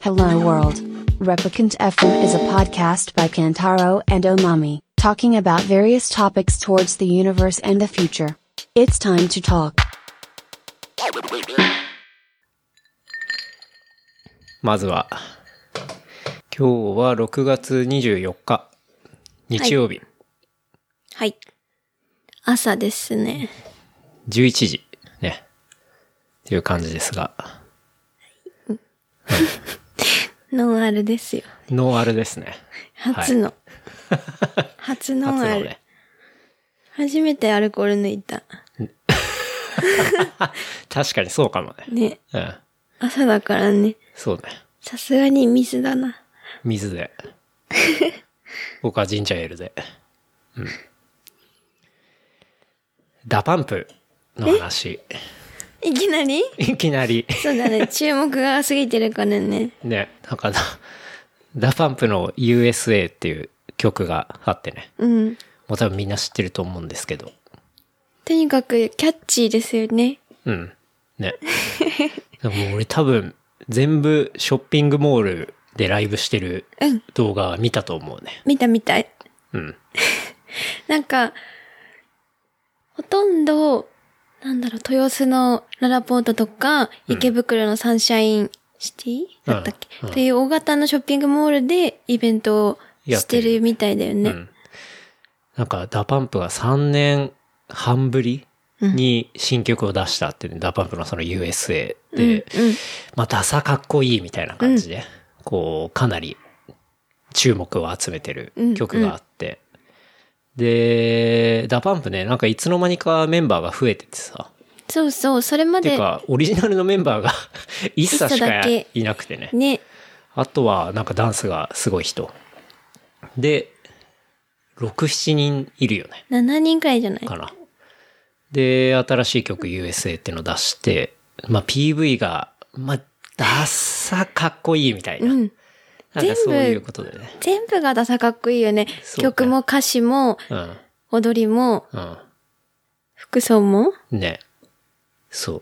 Hello World. Replicant FM is a podcast by Kantaro and Omami, talking about various topics towards the universe and the future. It's time to talk. まずは、今日は6月24日、日曜日。 はい。朝ですね。 11時、ね。っていう感じですが。 ノンアルですよ。 ノンアルですね。 初の。はい、初ノンアル、ね。初めてアルコール抜いた。 確かにそうかもね。 ね。うん。朝だからね。 そうね。 さすがに水だな。 水で。僕はジンジャーエールで。うん。ダパンプの話。 いきなり？ いきなり。 そうだね。注目が過ぎてるからね。 ね。なんかダパンプの USA っていう曲があってね。 うん。 もう多分みんな知ってると思うんですけど。 とにかくキャッチーですよね。 うん。ね。でも俺多分全部ショッピングモールでライブしてる動画見たと思うね。 見たい。 うん。 なんか、ほとんど、豊洲のララポートとか、池袋のサンシャインシティだったっけ、っていう大型のショッピングモールでイベントをしてるみたいだよね。 なんかダパンプが3年半ぶりに新曲を出したってね、ダパンプのその USA で、まあダサかっこいいみたいな感じで、こうかなり注目を集めてる曲があって、で、ダパンプね、なんかいつの間にかメンバーが増えててさ。 そうそう、それまで。 てか、オリジナルのメンバーが一切しかいなくてね。 ね。 あとは、なんかダンスがすごい人。で、6、7人いるよね。 7人くらいじゃないかな。で、新しい曲 USA ってのを出して、まあ PV が、まあ、ダッサかっこいいみたいな。なんかそういうことでね。 全部がダサかっこいいよね。曲も歌詞も、踊りも、服装も。 ね。そう。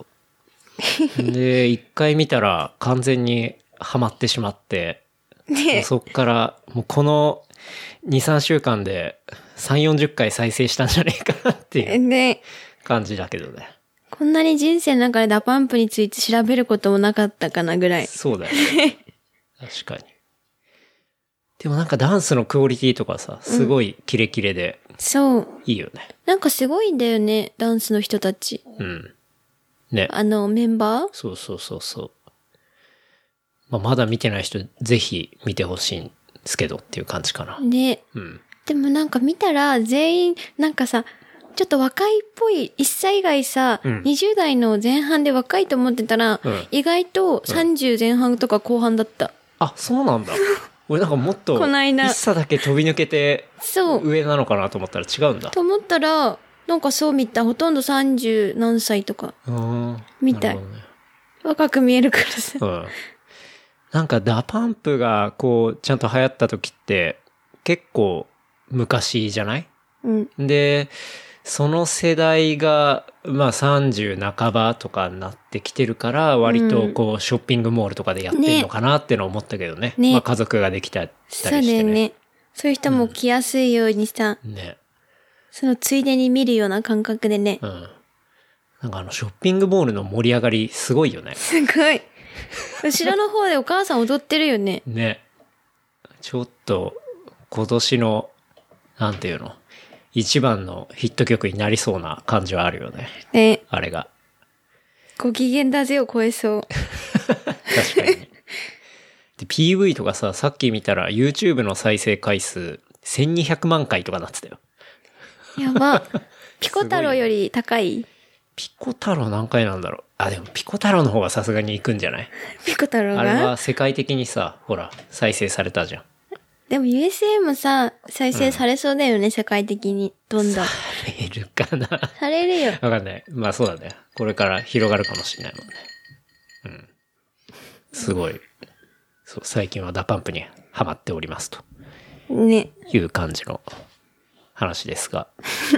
で、一回見たら完全にハマってしまって、ね、そっからもうこの2、3週間で3、40回再生したんじゃねえかなっていう感じだけどね。 こんなに人生の中でダパンプについて調べることもなかったかなぐらい。 そうだよね。確かに。でもなんかダンスのクオリティとかさ、すごいキレキレで。 そう。 いいよね。 なんかすごいんだよね、ダンスの人たち。 うん。ね。 メンバー？ そう。まあ、まだ見てない人、ぜひ見てほしいんですけどっていう感じかな。 ね。 うん。 でもなんか見たら全員、なんかさ、ちょっと若いっぽい、1歳以外さ、20代の前半で若いと思ってたら、意外と30前半とか後半だった。 あ、そうなんだ。俺なんかもっと、一差だけ飛び抜けて、上なのかなと思ったら違うんだ。 と思ったら、なんかそう見た。ほとんど30何歳とか。みたい。ね、若く見えるからさ。 なんかダパンプがこう、ちゃんと流行った時って、結構昔じゃない？で、その世代が、まあ30半ばとかになってきてるから、割とこう、ショッピングモールとかでやってんのかなってのを思ったけどね。まあ家族ができたりしてね。 そうだよね。そういう人も来やすいようにさ。ね。そのついでに見るような感覚でね。 なんかショッピングモールの盛り上がりすごいよね。 すごい。後ろの方でお母さん踊ってるよね。 ね。ちょっと、今年の、なんていうの、一番のヒット曲になりそうな感じはあるよね。ね。あれが。 ご機嫌だぜを超えそう。 確かに、ね。で、PV とかさ、さっき見たら YouTube の再生回数1200万回とかなってたよ。 やば。ピコ太郎より高い？ ピコ太郎何回なんだろう。あ、でもピコ太郎の方がさすがに行くんじゃない？ ピコ太郎が？ あれは世界的にさ、ほら、再生されたじゃん。 でも USA もさ、再生されそうだよね、世界的に。どんどん。 されるかな？ されるよ。 わかんない。まあそうだね。これから広がるかもしれないもんね。すごい。そう、最近はダパンプにハマっておりますと。ね。いう感じの話ですが。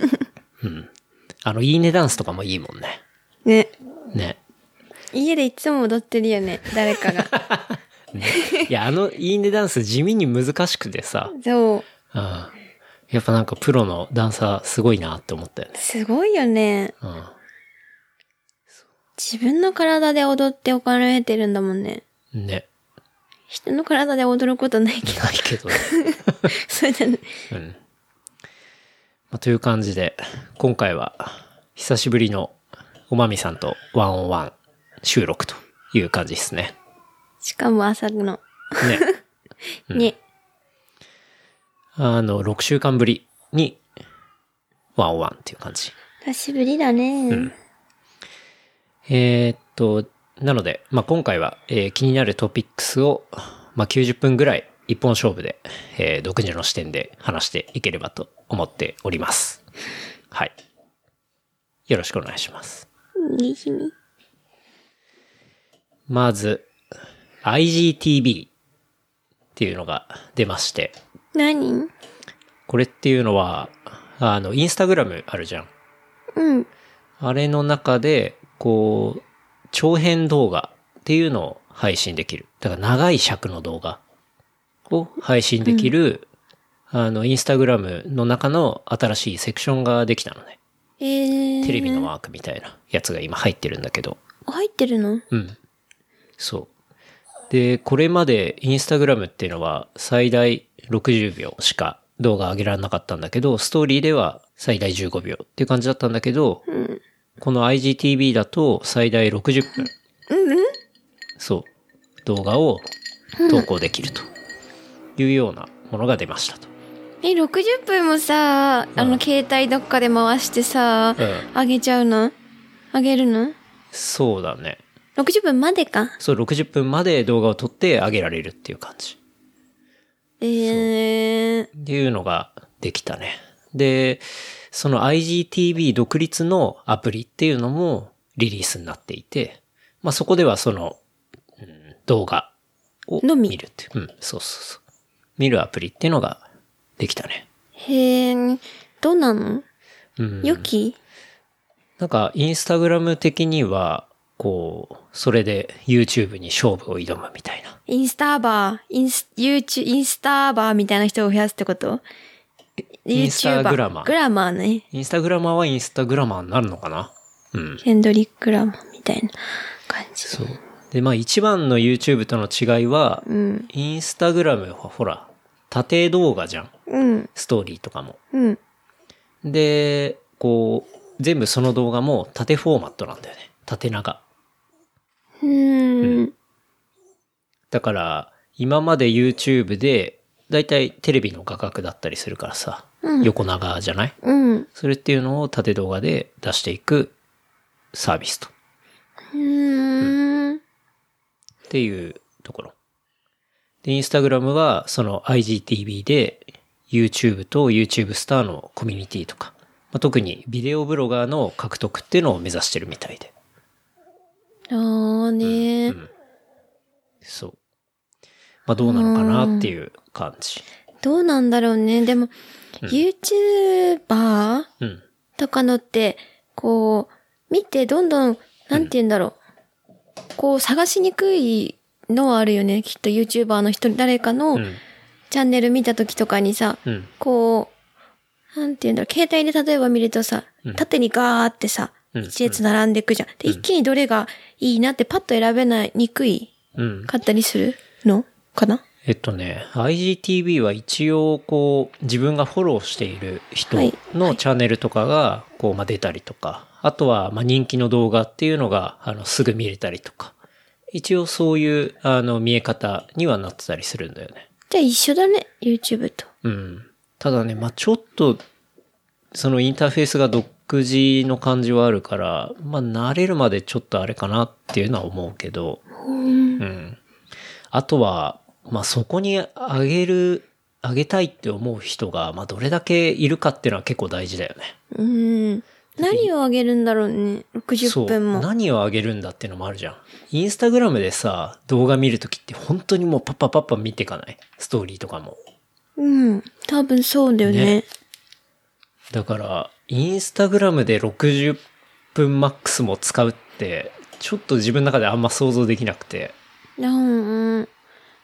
いいねダンスとかもいいもんね。 ね。 ね。 家でいつも踊ってるよね、誰かが。 ね、いや、いいねダンス地味に難しくてさ。 そう。 うん。やっぱなんかプロのダンサーすごいなって思ったよね。 すごいよね。 うん。 自分の体で踊ってお金を得てるんだもんね。 ね。 人の体で踊ることないけど。 ないけどね。 そうだね。 うん。まあ、という感じで、今回は久しぶりのおまみさんとワンオンワン収録という感じですね。 しかも朝の。 ね。うん、 ね。 6週間ぶりにワンオンワンっていう感じ。 久しぶりだね。 うん。なので、まあ、今回は、気になるトピックスを、まあ、90分ぐらい一本勝負で、独自の視点で話していければと思っております。はい。よろしくお願いします。まず、IGTV っていうのが出まして。 何？ これっていうのは、インスタグラムあるじゃん。 うん。 あれの中で、こう、長編動画っていうのを配信できる。だから長い尺の動画を配信できる、インスタグラムの中の新しいセクションができたのね。テレビのマークみたいなやつが今入ってるんだけど。 入ってるの？ うん。そう。で、これまでインスタグラムっていうのは最大60秒しか動画上げられなかったんだけど、ストーリーでは最大15秒っていう感じだったんだけど、 うん、 この IGTV だと最大60分。 うん、 そう。動画を投稿できるというようなものが出ましたと。 60分もさ、携帯どっかで回してさ、上げちゃうの？上げるの？ そうだね。 60分までか。 そう、60分まで動画を撮って上げられるっていう感じ。っていうのができたね。で、その IGTV 独立のアプリっていうのもリリースになっていて、まあそこではその、動画を見るっていう。うん、そうそうそう。見るアプリっていうのができたね。 へー、どうなの？良き？ なんか、インスタグラム的には、こう、それで YouTube に勝負を挑むみたいな。 インスターバーみたいな人を増やすってこと？ インスタグラマー。 グラマーね。 インスタグラマーはインスタグラマーになるのかな？うん。 ヘンドリック・ラマーみたいな感じ。 そう。で、まあ一番の YouTube との違いは、インスタグラムはほら、縦動画じゃん。 うん。 ストーリーとかも。 うん。 で、こう、全部その動画も縦フォーマットなんだよね。縦長。うん。だから、今まで YouTube で、だいたいテレビの画角だったりするからさ、横長じゃない？ うん。 それっていうのを縦動画で出していくサービスと。っていうところ。で、インスタグラムはその IGTV で YouTube と YouTube スターのコミュニティとか、まあ、特にビデオブロガーの獲得っていうのを目指してるみたいで。 ね、 そう。まあどうなのかなっていう感じ。 どうなんだろうね。でも、YouTuber、とかのって、こう、見てどんどん、なんて言うんだろう。こう、探しにくいのはあるよね。きっと YouTuber の人、誰かのチャンネル見た時とかにさ、こう、なんて言うんだろう。携帯で例えば見るとさ、縦にガーってさ、一列並んでいくじゃん。で、一気にどれがいいなってパッと選べないにくいかったりするのかな？ IGTV は一応こう自分がフォローしている人のチャンネルとかがこうまあ出たりとか、あとはまあ人気の動画っていうのがすぐ見れたりとか、一応そういう見え方にはなってたりするんだよね。 じゃあ一緒だね、YouTube と。 ただね、まあちょっとそのインターフェースが独自の感じはあるから、まあ慣れるまでちょっとあれかなっていうのは思うけど、あとはまあそこに上げたいって思う人が、まあどれだけいるかっていうのは結構大事だよね。 何を上げるんだろうね、60分も。 そう、何を上げるんだっていうのもあるじゃん。インスタグラムでさ、動画見るときって本当にもうパッパ見ていかない？ストーリーとかも。 多分そうだよね。 だから、インスタグラムで60分マックスも使うって、ちょっと自分の中であんま想像できなくて。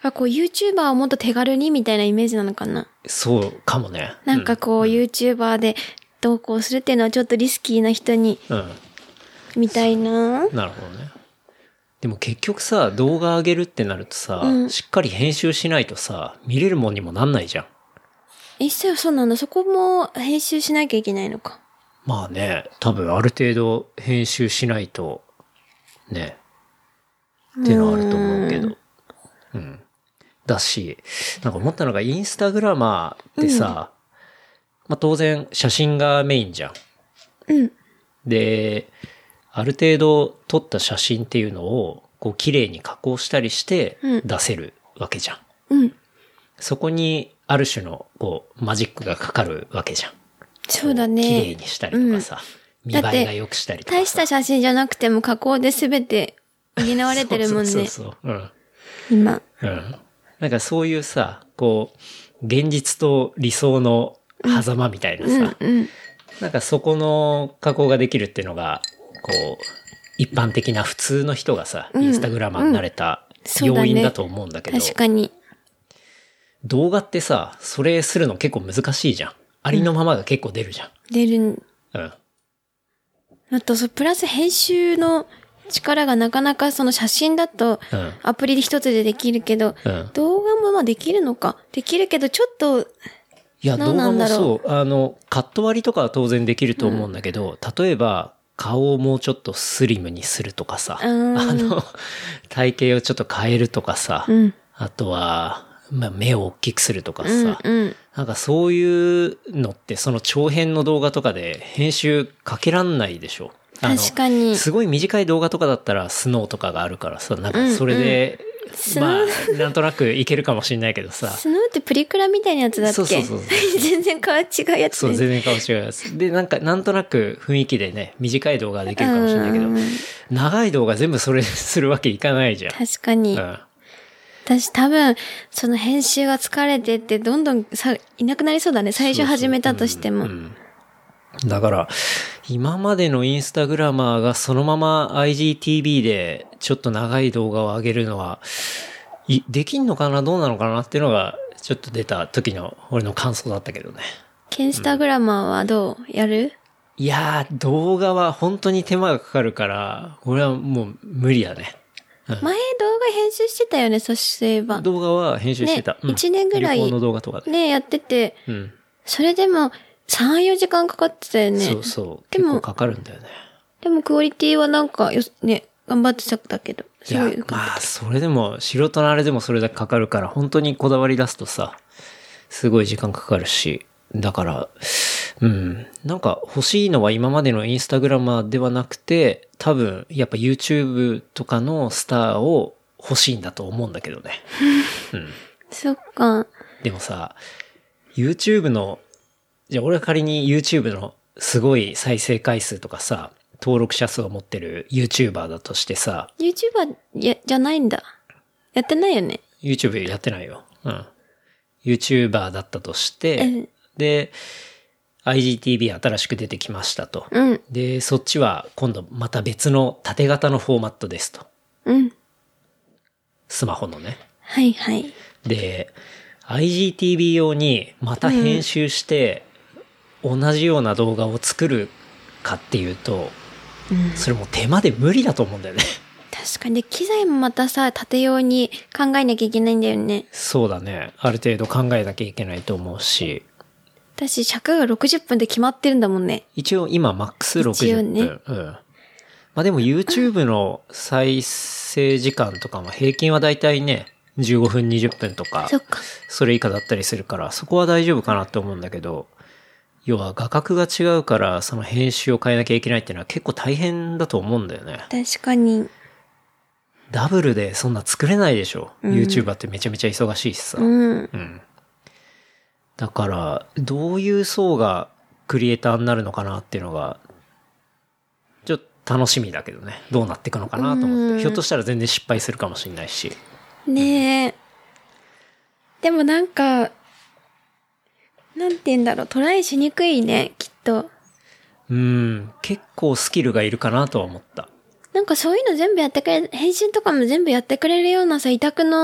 こう YouTuber をもっと手軽にみたいなイメージなのかな。 そうかもね。 なんかこう YouTuber で投稿するっていうのはちょっとリスキーな人に、みたいな。 なるほどね。でも結局さ、動画上げるってなるとさ、しっかり編集しないとさ、見れるもんにもなんないじゃん。 そうなんだ。そこも編集しなきゃいけないのか。 まあね、多分ある程度編集しないと、ね、っていうのはあると思うけど。だし、なんか思ったのがインスタグラマーってさ、まあ当然写真がメインじゃん。で、ある程度撮った写真っていうのを、こう綺麗に加工したりして出せるわけじゃん。そこにある種のこうマジックがかかるわけじゃん。 そうだね。 綺麗にしたりとかさ、見栄えが良くしたりとかさ。 大した写真じゃなくても加工で全て補われてるもんね。 そう。 今。 なんかそういうさ、こう、現実と理想の狭間みたいなさ、なんかそこの加工ができるっていうのが、こう、一般的な普通の人がさ、インスタグラマーになれた要因だと思うんだけど、 確かに。 動画ってさ、それするの結構難しいじゃん。ありのままが結構出るじゃん。 出る。あと、プラス編集の力がなかなかその写真だとアプリで一つでできるけど、動画もまあできるのか。できるけど、ちょっと、 いや、動画もそう。カット割りとかは当然できると思うんだけど、例えば、顔をもうちょっとスリムにするとかさ、体型をちょっと変えるとかさ、あとは、まあ、目を大きくするとかさ、なんかそういうのってその長編の動画とかで編集かけらんないでしょ。 確かに。 すごい短い動画とかだったらスノーとかがあるからさ、なんかそれで、まあ、なんとなくいけるかもしれないけどさ。 スノーってプリクラみたいなやつだっけ？そう。全然顔違うやつ。 そう、全然顔違うやつ。で、なんとなく雰囲気でね、短い動画ができるかもしれないけど、長い動画全部それするわけいかないじゃん。 確かに。私多分、その編集が疲れてってどんどんいなくなりそうだね。最初始めたとしても。 だから、今までのインスタグラマーがそのまま IGTV でちょっと長い動画を上げるのは、できんのかなどうなのかなっていうのが、ちょっと出た時の俺の感想だったけどね。 インスタグラマーはどうやる？ いやー、動画は本当に手間がかかるから、俺はもう無理だね。 前動画編集してたよね、そういえば。 動画は編集してた。 ね、1年ぐらい。 旅行の動画とかで。 ね、やってて。それでも、3、4時間かかってたよね。 そう。結構かかるんだよね。 でもクオリティはなんか、ね、頑張ってたんだけど。 すごいよかった。まあ、それでも、素人のあれでもそれだけかかるから、本当にこだわり出すとさ、すごい時間かかるし。だから、なんか欲しいのは今までのインスタグラマーではなくて、多分、やっぱ YouTube とかのスターを欲しいんだと思うんだけどね。 そっか。 でもさ、YouTube の、じゃあ俺が仮に YouTube のすごい再生回数とかさ、登録者数を持ってる YouTuber だとしてさ。 YouTuber じゃないんだ。やってないよね。 YouTube やってないよ。YouTuber だったとして、で、IGTV 新しく出てきましたと。で、そっちは今度また別の縦型のフォーマットですと。スマホのね。 はいはい。 で、IGTV 用にまた編集して、同じような動画を作るかっていうと、それも手間で無理だと思うんだよね。 確かに。機材もまたさ、縦用に考えなきゃいけないんだよね。 そうだね。ある程度考えなきゃいけないと思うし。 私、尺が60分で決まってるんだもんね。 一応今マックス60分。ね。まあでも YouTube の再生時間とかも平均はだいたいね、15分20分とか、それ以下だったりするから、そこは大丈夫かなって思うんだけど、要は画角が違うから、その編集を変えなきゃいけないっていうのは結構大変だと思うんだよね。 確かに。 ダブルでそんな作れないでしょ。YouTuber ってめちゃめちゃ忙しいしさ。だから、どういう層がクリエイターになるのかなっていうのが、ちょっと楽しみだけどね。どうなっていくのかなと思って。ひょっとしたら全然失敗するかもしれないし。 ねえ。でもなんか、なんて言うんだろう、トライしにくいね、きっと。 結構スキルがいるかなとは思った。 なんかそういうの全部やってくれ、編集とかも全部やってくれるようなさ、委託の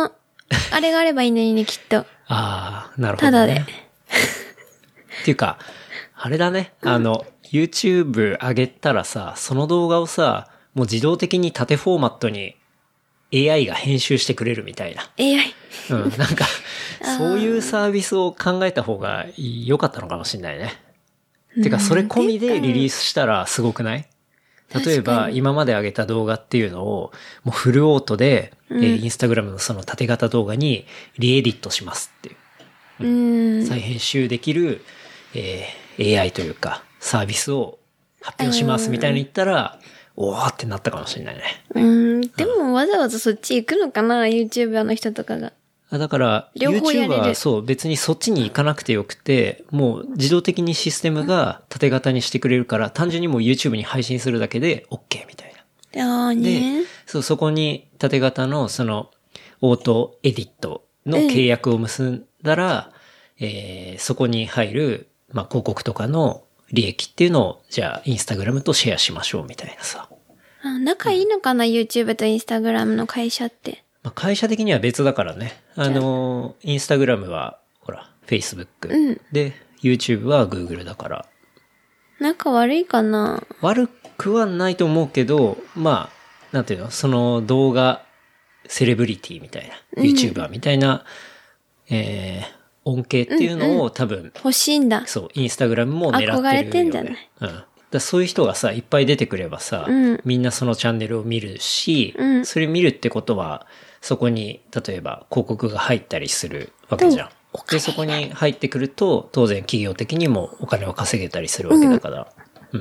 あれがあればいいのにね、きっと。 ああ、なるほど、ね。 ただで。 っていうか、あれだね。YouTube 上げたらさ、その動画をさ、もう自動的に縦フォーマットに AI が編集してくれるみたいな。 AI。 うん、なんか、そういうサービスを考えた方が良かったのかもしれないね。てか、それ込みでリリースしたらすごくない？例えば、今まで上げた動画っていうのを、もうフルオートで、インスタグラムのその縦型動画にリエディットしますっていう。再編集できる、AI というか、サービスを発表しますみたいに言ったら、おーってなったかもしれないね。 でもわざわざそっち行くのかな ?YouTuber の人とかが。 だから、 両方やれる YouTuber はそう別にそっちに行かなくてよくて、もう自動的にシステムが縦型にしてくれるから、単純にもう YouTube に配信するだけで OK みたいな。 ああね。 で、そこに縦型のそのオートエディットの契約を結んだら、そこに入る、まあ、広告とかの利益っていうのを、じゃあインスタグラムとシェアしましょうみたいなさ。 仲いいのかな ?YouTube とインスタグラムの会社って。 まあ、会社的には別だからね。インスタグラムは、ほら、Facebook、で、YouTube は Google だから。 仲悪いかな？ 悪くはないと思うけど、まあ、なんていうの、その動画、セレブリティみたいな、YouTuber みたいな、恩恵っていうのを多分、 欲しいんだ。 そう、インスタグラムも狙ってるよ、ね。 憧れてんじゃない？ だそういう人がさ、いっぱい出てくればさ、みんなそのチャンネルを見るし、それ見るってことは、そこに、例えば広告が入ったりするわけじゃん。で、そこに入ってくると、当然企業的にもお金を稼げたりするわけだから、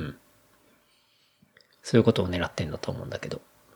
そういうことを狙ってんだと思うんだけど。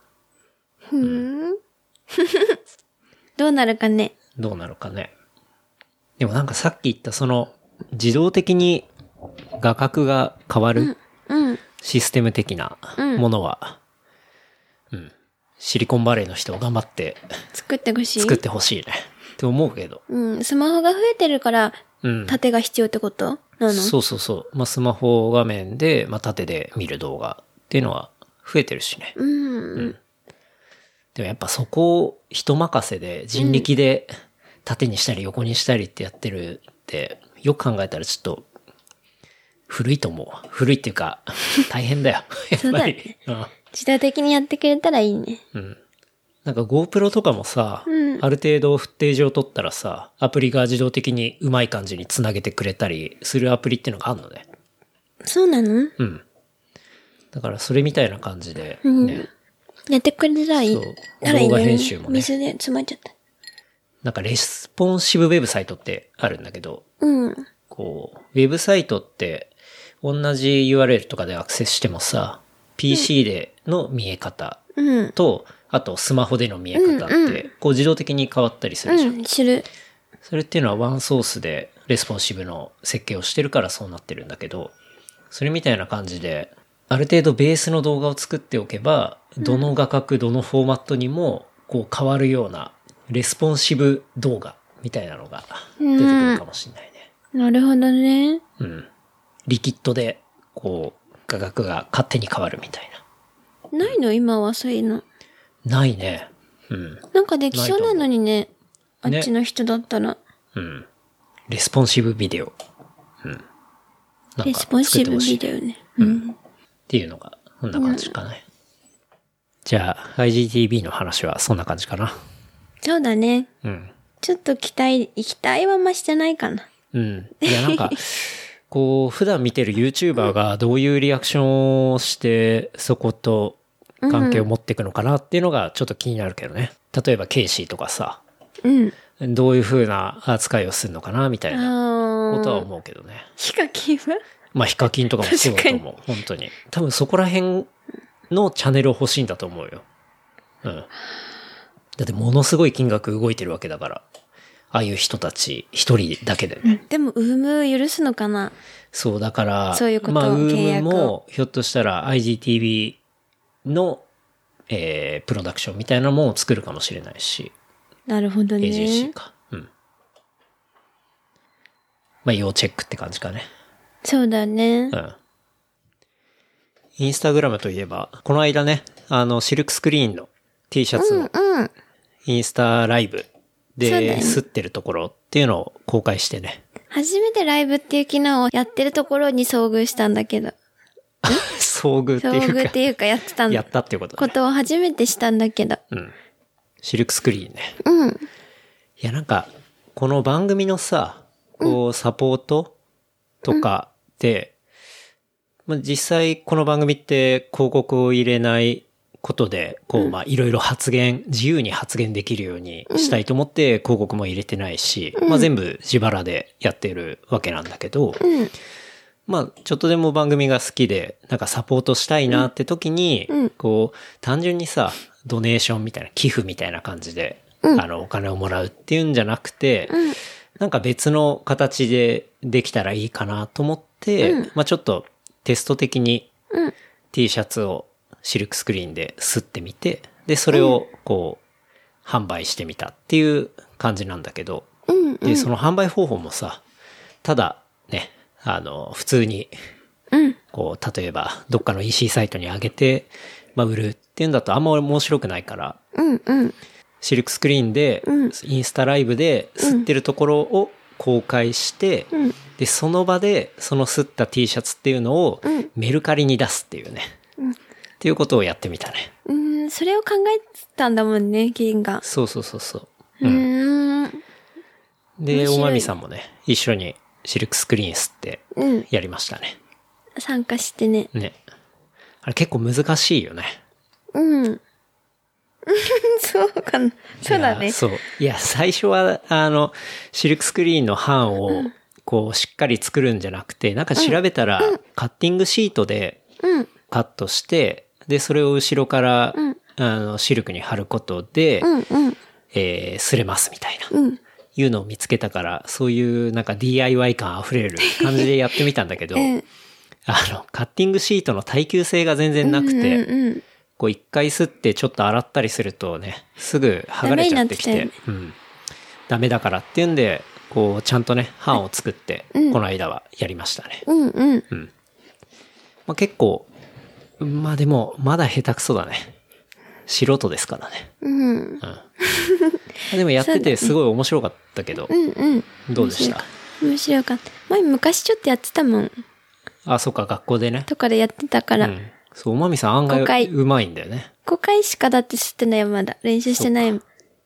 どうなるかね。 どうなるかね。でもなんかさっき言ったその、自動的に画角が変わるシステム的なものは、シリコンバレーの人を頑張って作ってほしい。 作ってほしいね。って思うけど。 スマホが増えてるから、縦が必要ってことなの？ そうそうそう。まあ、スマホ画面で、まあ、縦で見る動画っていうのは増えてるしね。でもやっぱそこを人任せで人力で縦にしたり横にしたりってやってるって、よく考えたらちょっと古いと思う。古いっていうか、大変だよ。やっぱり。 自動的にやってくれたらいいね。 なんか GoPro とかもさ、ある程度フッテージを取ったらさ、アプリが自動的にうまい感じにつなげてくれたりするアプリっていうのがあるのね。 そうなの？ だからそれみたいな感じで、ね。 やってくれたらいい。 そう。動画編集もね。 水で詰まっちゃった。 なんかレスポンシブウェブサイトってあるんだけど、こう、ウェブサイトって同じ URL とかでアクセスしてもさ、PC での見え方と、あとスマホでの見え方って、こう自動的に変わったりするじゃん。 知る。 それっていうのはワンソースでレスポンシブの設計をしてるからそうなってるんだけど、それみたいな感じで、ある程度ベースの動画を作っておけば、どの画角、どのフォーマットにもこう変わるようなレスポンシブ動画みたいなのが出てくるかもしれないね。 なるほどね。 リキッドで、こう、画角が勝手に変わるみたいな。ないの今はそういうの。 ないね。 なんかできそうなのにね。あっちの人だったら。 レスポンシブビデオ。 レスポンシブビデオね。 っていうのが、こんな感じかね。じゃあ、IGTV の話はそんな感じかな。 そうだね。ちょっと期待は増してないかな。 いや、なんか、こう、普段見てる YouTuber がどういうリアクションをして、そこと関係を持っていくのかなっていうのがちょっと気になるけどね。例えば、ケイシーとかさ、どういう風な扱いをするのかなみたいなことは思うけどね。 ヒカキンは？ まあ、ヒカキンとかもそうだと思う。本当に。多分そこら辺のチャンネルを欲しいんだと思うよ。だってものすごい金額動いてるわけだから。ああいう人たち一人だけでね。 でも、ウーム許すのかな？ そう、だから、 そういうことまあ、ウ契ー約ムも、ひょっとしたら IGTV の、プロダクションみたいなものを作るかもしれないし。 なるほどね。 AGC か。まあ、要チェックって感じかね。 そうだね。 インスタグラムといえば、この間ね、シルクスクリーンの T シャツのインスタライブっで、吸ってるところっていうのを公開してね。 初めてライブっていう機能をやってるところに遭遇したんだけど。 遭遇っていうか。 遭遇っていうかやってたんだ。 やったっていうことね。 ことを初めてしたんだけど。 うん。シルクスクリーンね。 うん。 いや、なんか、この番組のさ、こう、サポートとかで、まあ、実際この番組って広告を入れないことで、こう、まあ、いろいろ自由に発言できるようにしたいと思って広告も入れてないし、まあ、全部自腹でやってるわけなんだけど、まあ、ちょっとでも番組が好きで、なんかサポートしたいなって時に、こう、単純にさ、ドネーションみたいな、寄付みたいな感じで、お金をもらうっていうんじゃなくて、なんか別の形でできたらいいかなと思って、まあちょっとテスト的に T シャツをシルクスクリーンで吸ってみて、で、それをこう、販売してみたっていう感じなんだけど、で、その販売方法もさ、ただね、普通に、こう、例えばどっかの EC サイトに上げて、まあ売るっていうんだとあんま面白くないから、シルクスクリーンで、インスタライブで吸ってるところを公開して、で、その場でその吸った T シャツっていうのをメルカリに出すっていうね。っていうことをやってみたね。 それを考えたんだもんね、ゲンが。 そう。で、おまみさんもね、一緒にシルクスクリーン吸ってやりましたね。 参加してね。 ね。あれ結構難しいよね。 そうかな。そうだね。 そう。いや、最初は、シルクスクリーンの版を、こう、しっかり作るんじゃなくて、なんか調べたら、カッティングシートで、カットして、で、それを後ろから、シルクに貼ることで、擦れますみたいな、いうのを見つけたから、そういうなんか DIY 感あふれる感じでやってみたんだけど、カッティングシートの耐久性が全然なくて、こう一回吸ってちょっと洗ったりするとね、すぐ剥がれちゃってきて、ダメだからっていうんで、こうちゃんとね、版を作って、この間はやりましたね。まあ、結構、まあでも、まだ下手くそだね。素人ですからね。でもやっててすごい面白かったけど、どうでした？ 面白かった。前昔ちょっとやってたもん。 あ、そうか、学校でね。 とかでやってたから。 そう、おまみさん案外うまいんだよね。 5回しかだって吸ってないよ、まだ。練習してないもん。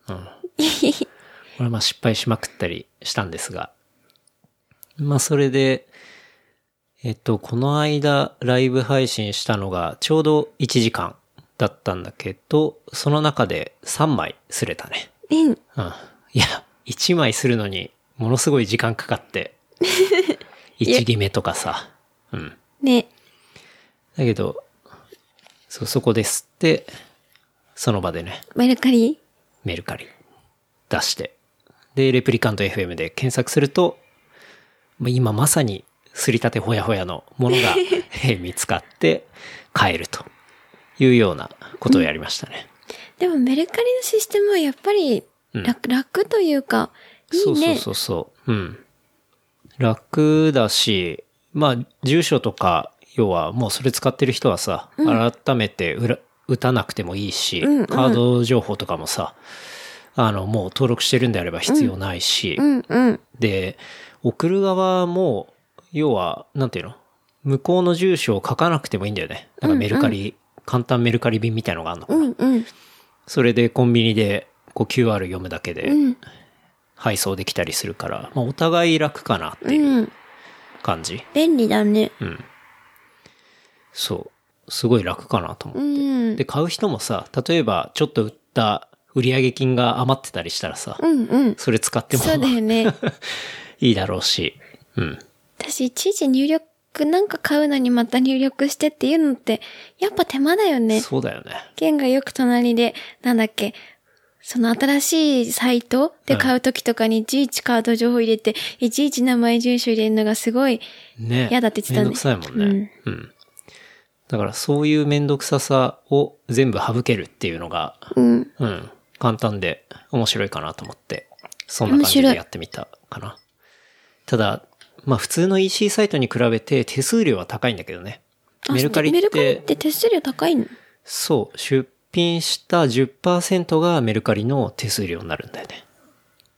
俺は失敗しまくったりしたんですが。まあそれで、この間ライブ配信したのがちょうど1時間だったんだけど、その中で3枚擦れたね。いや、1枚するのにものすごい時間かかって。1決めとかさ。 ね。 だけど、そこで吸って、その場でね。 メルカリ出して。で、レプリカント FM で検索すると、今まさにすりたてほやほやのものが見つかって買えるというようなことをやりましたね。 でもメルカリのシステムはやっぱり楽というか、いいね。 そう。楽だし、まあ、住所とか、要はもうそれ使ってる人はさ、改めて打たなくてもいいし、カード情報とかもさ、もう登録してるんであれば必要ないし、で、送る側も、要は、なんていうの？向こうの住所を書かなくてもいいんだよね。なんかメルカリ、簡単メルカリ便みたいのがあるのかな。それでコンビニでこう QR 読むだけで配送できたりするから、まあ、お互い楽かなっていう感じ。 便利だね。 そう。すごい楽かなと思って。で、買う人もさ、例えばちょっと売った売上金が余ってたりしたらさ、それ使ってもそうだよね。 いいだろうし。 私、いちいち入力なんか買うのにまた入力してっていうのって、やっぱ手間だよね。 そうだよね。 ケンがよく隣で、なんだっけ、その新しいサイトで買うときとかにいちいちカード情報入れて、いちいち名前住所入れるのがすごい嫌だって言ってたね。 めんどくさいもんね。だからそういうめんどくささを全部省けるっていうのが、簡単で面白いかなと思って、そんな感じでやってみたかな。ただ、まあ普通の EC サイトに比べて手数料は高いんだけどね。メルカリって手数料高いの？ そう、出品した 10% がメルカリの手数料になるんだよね。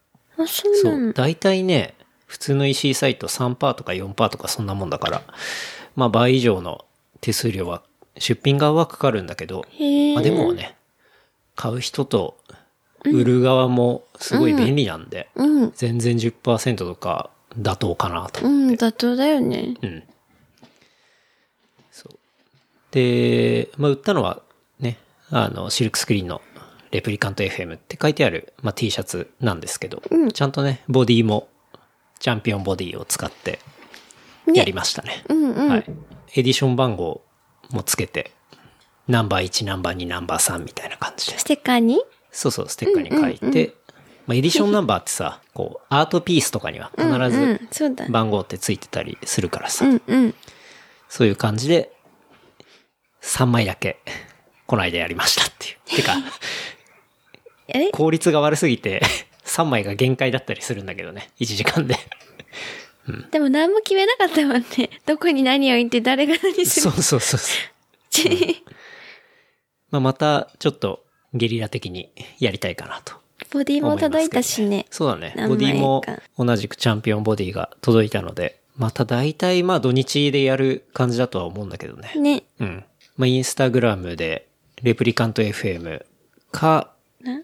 あ、そうなの。 だいたいね、普通の EC サイト 3% とか 4% とかそんなもんだから、まあ倍以上の手数料は、出品側はかかるんだけど、 へえ。 まあでもね、買う人と売る側もすごい便利なんで、 うん。 全然 10% とか妥当かなとう思って。 ん、妥当だよね。 うん。そう。で、まあ売ったのはね、シルクスクリーンのレプリカント FM って書いてある、まあ、T シャツなんですけど、ちゃんとね、ボディもチャンピオンボディを使ってやりましたね。 うんうん。 はい。エディション番号もつけて、ナンバー1、ナンバー2、ナンバー3みたいな感じで。 ステッカーにそうそう、ステッカーに書いて、まあ、エディションナンバーってさ、こう、アートピースとかには必ずそうだ。 番号ってついてたりするからさ、 うんうん。 そういう感じで、3枚だけ、この間やりましたっていう。てか、 あれ効率が悪すぎて、3枚が限界だったりするんだけどね、1時間で。 でも何も決めなかったもんね。どこに何を置いて誰が何するそうそうそうそう。まあ、また、ちょっと、ゲリラ的にやりたいかなと。 ボディも届いたしね。 そうだね。 何ボディも枚か同じくチャンピオンボディが届いたので、また大体まあ土日でやる感じだとは思うんだけどね。 ね。 うん。まあインスタグラムでレプリカント FM か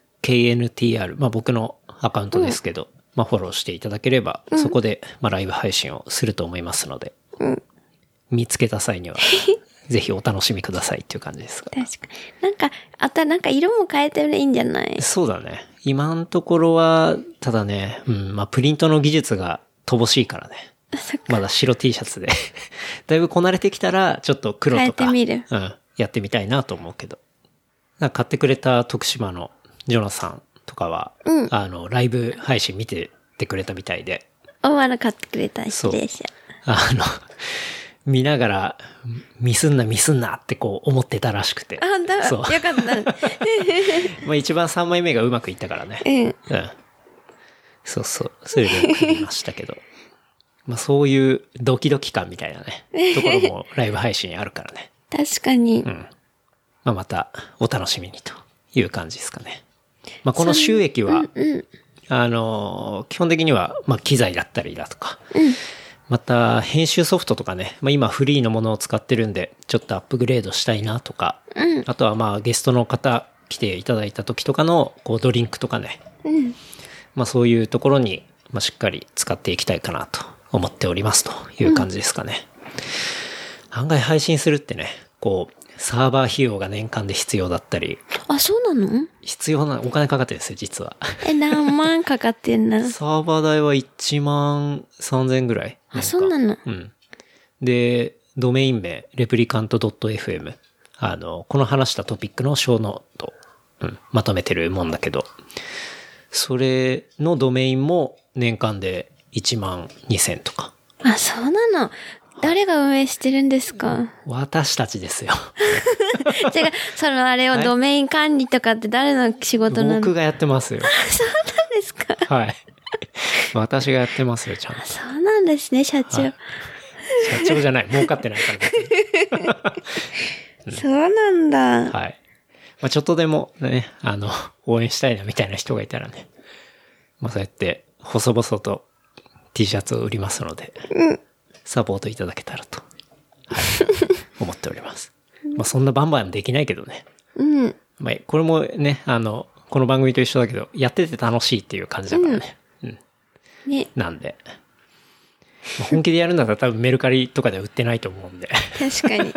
KNTR、まあ僕のアカウントですけど、まあフォローしていただければ、そこでまあライブ配信をすると思いますので、見つけた際にはぜひお楽しみくださいっていう感じですが。 確かに。なんか色も変えてもいいんじゃないそうだね。今のところは、ただね、まあプリントの技術が乏しいからね。まだ白 T シャツで。だいぶこなれてきたら、ちょっと黒とか。 変えてみるやってみたいなと思うけど。なんか買ってくれた徳島のジョナさんとかは、ライブ配信見ててくれたみたいで。 まだ買ってくれた人でしょ。 見ながら、ミスんなってこう思ってたらしくて。そう。 よかった。 まあ一番3枚目がうまくいったからね。そうそう。それで組みましたけど。まあそういうドキドキ感みたいなね、ところもライブ配信あるからね。 確かに。 まあまたお楽しみにという感じですかね。まあこの収益は、基本的には、まあ機材だったりだとか、また編集ソフトとかね、まあ今フリーのものを使ってるんで、ちょっとアップグレードしたいなとか、あとはまあゲストの方来ていただいた時とかのこうドリンクとかね、まあそういうところに、まあ、しっかり使っていきたいかなと思っておりますという感じですかね。案外配信するってね、こう、サーバー費用が年間で必要だったり。 あ、そうなの？ 必要な、お金かかってるんですよ、実は。 何万かかってんな。 サーバー代は1万3000ぐらい。 あ、そうなの？ で、ドメイン名、replicant.fm。この話したトピックの小ノート、まとめてるもんだけど、それのドメインも年間で1万2000とか。 あ、そうなの。誰が運営してるんですか？ 私たちですよ。 違う、あれをドメイン管理とかって誰の仕事なの？ 僕がやってますよ。 そうなんですか？ はい。私がやってますよ、ちゃんと。 そうなんですね、社長。 社長じゃない。儲かってないから別に。 そうなんだ。 はい。まあちょっとでもね、応援したいなみたいな人がいたらね、まあそうやって細々と T シャツを売りますので、サポートいただけたらと、思っております。まあそんなバンバンできないけどね。まあこれもね、この番組と一緒だけど、やってて楽しいっていう感じだからね。 ね。 なんで、まあ本気でやるんだったら多分メルカリとかでは売ってないと思うんで。 確かに。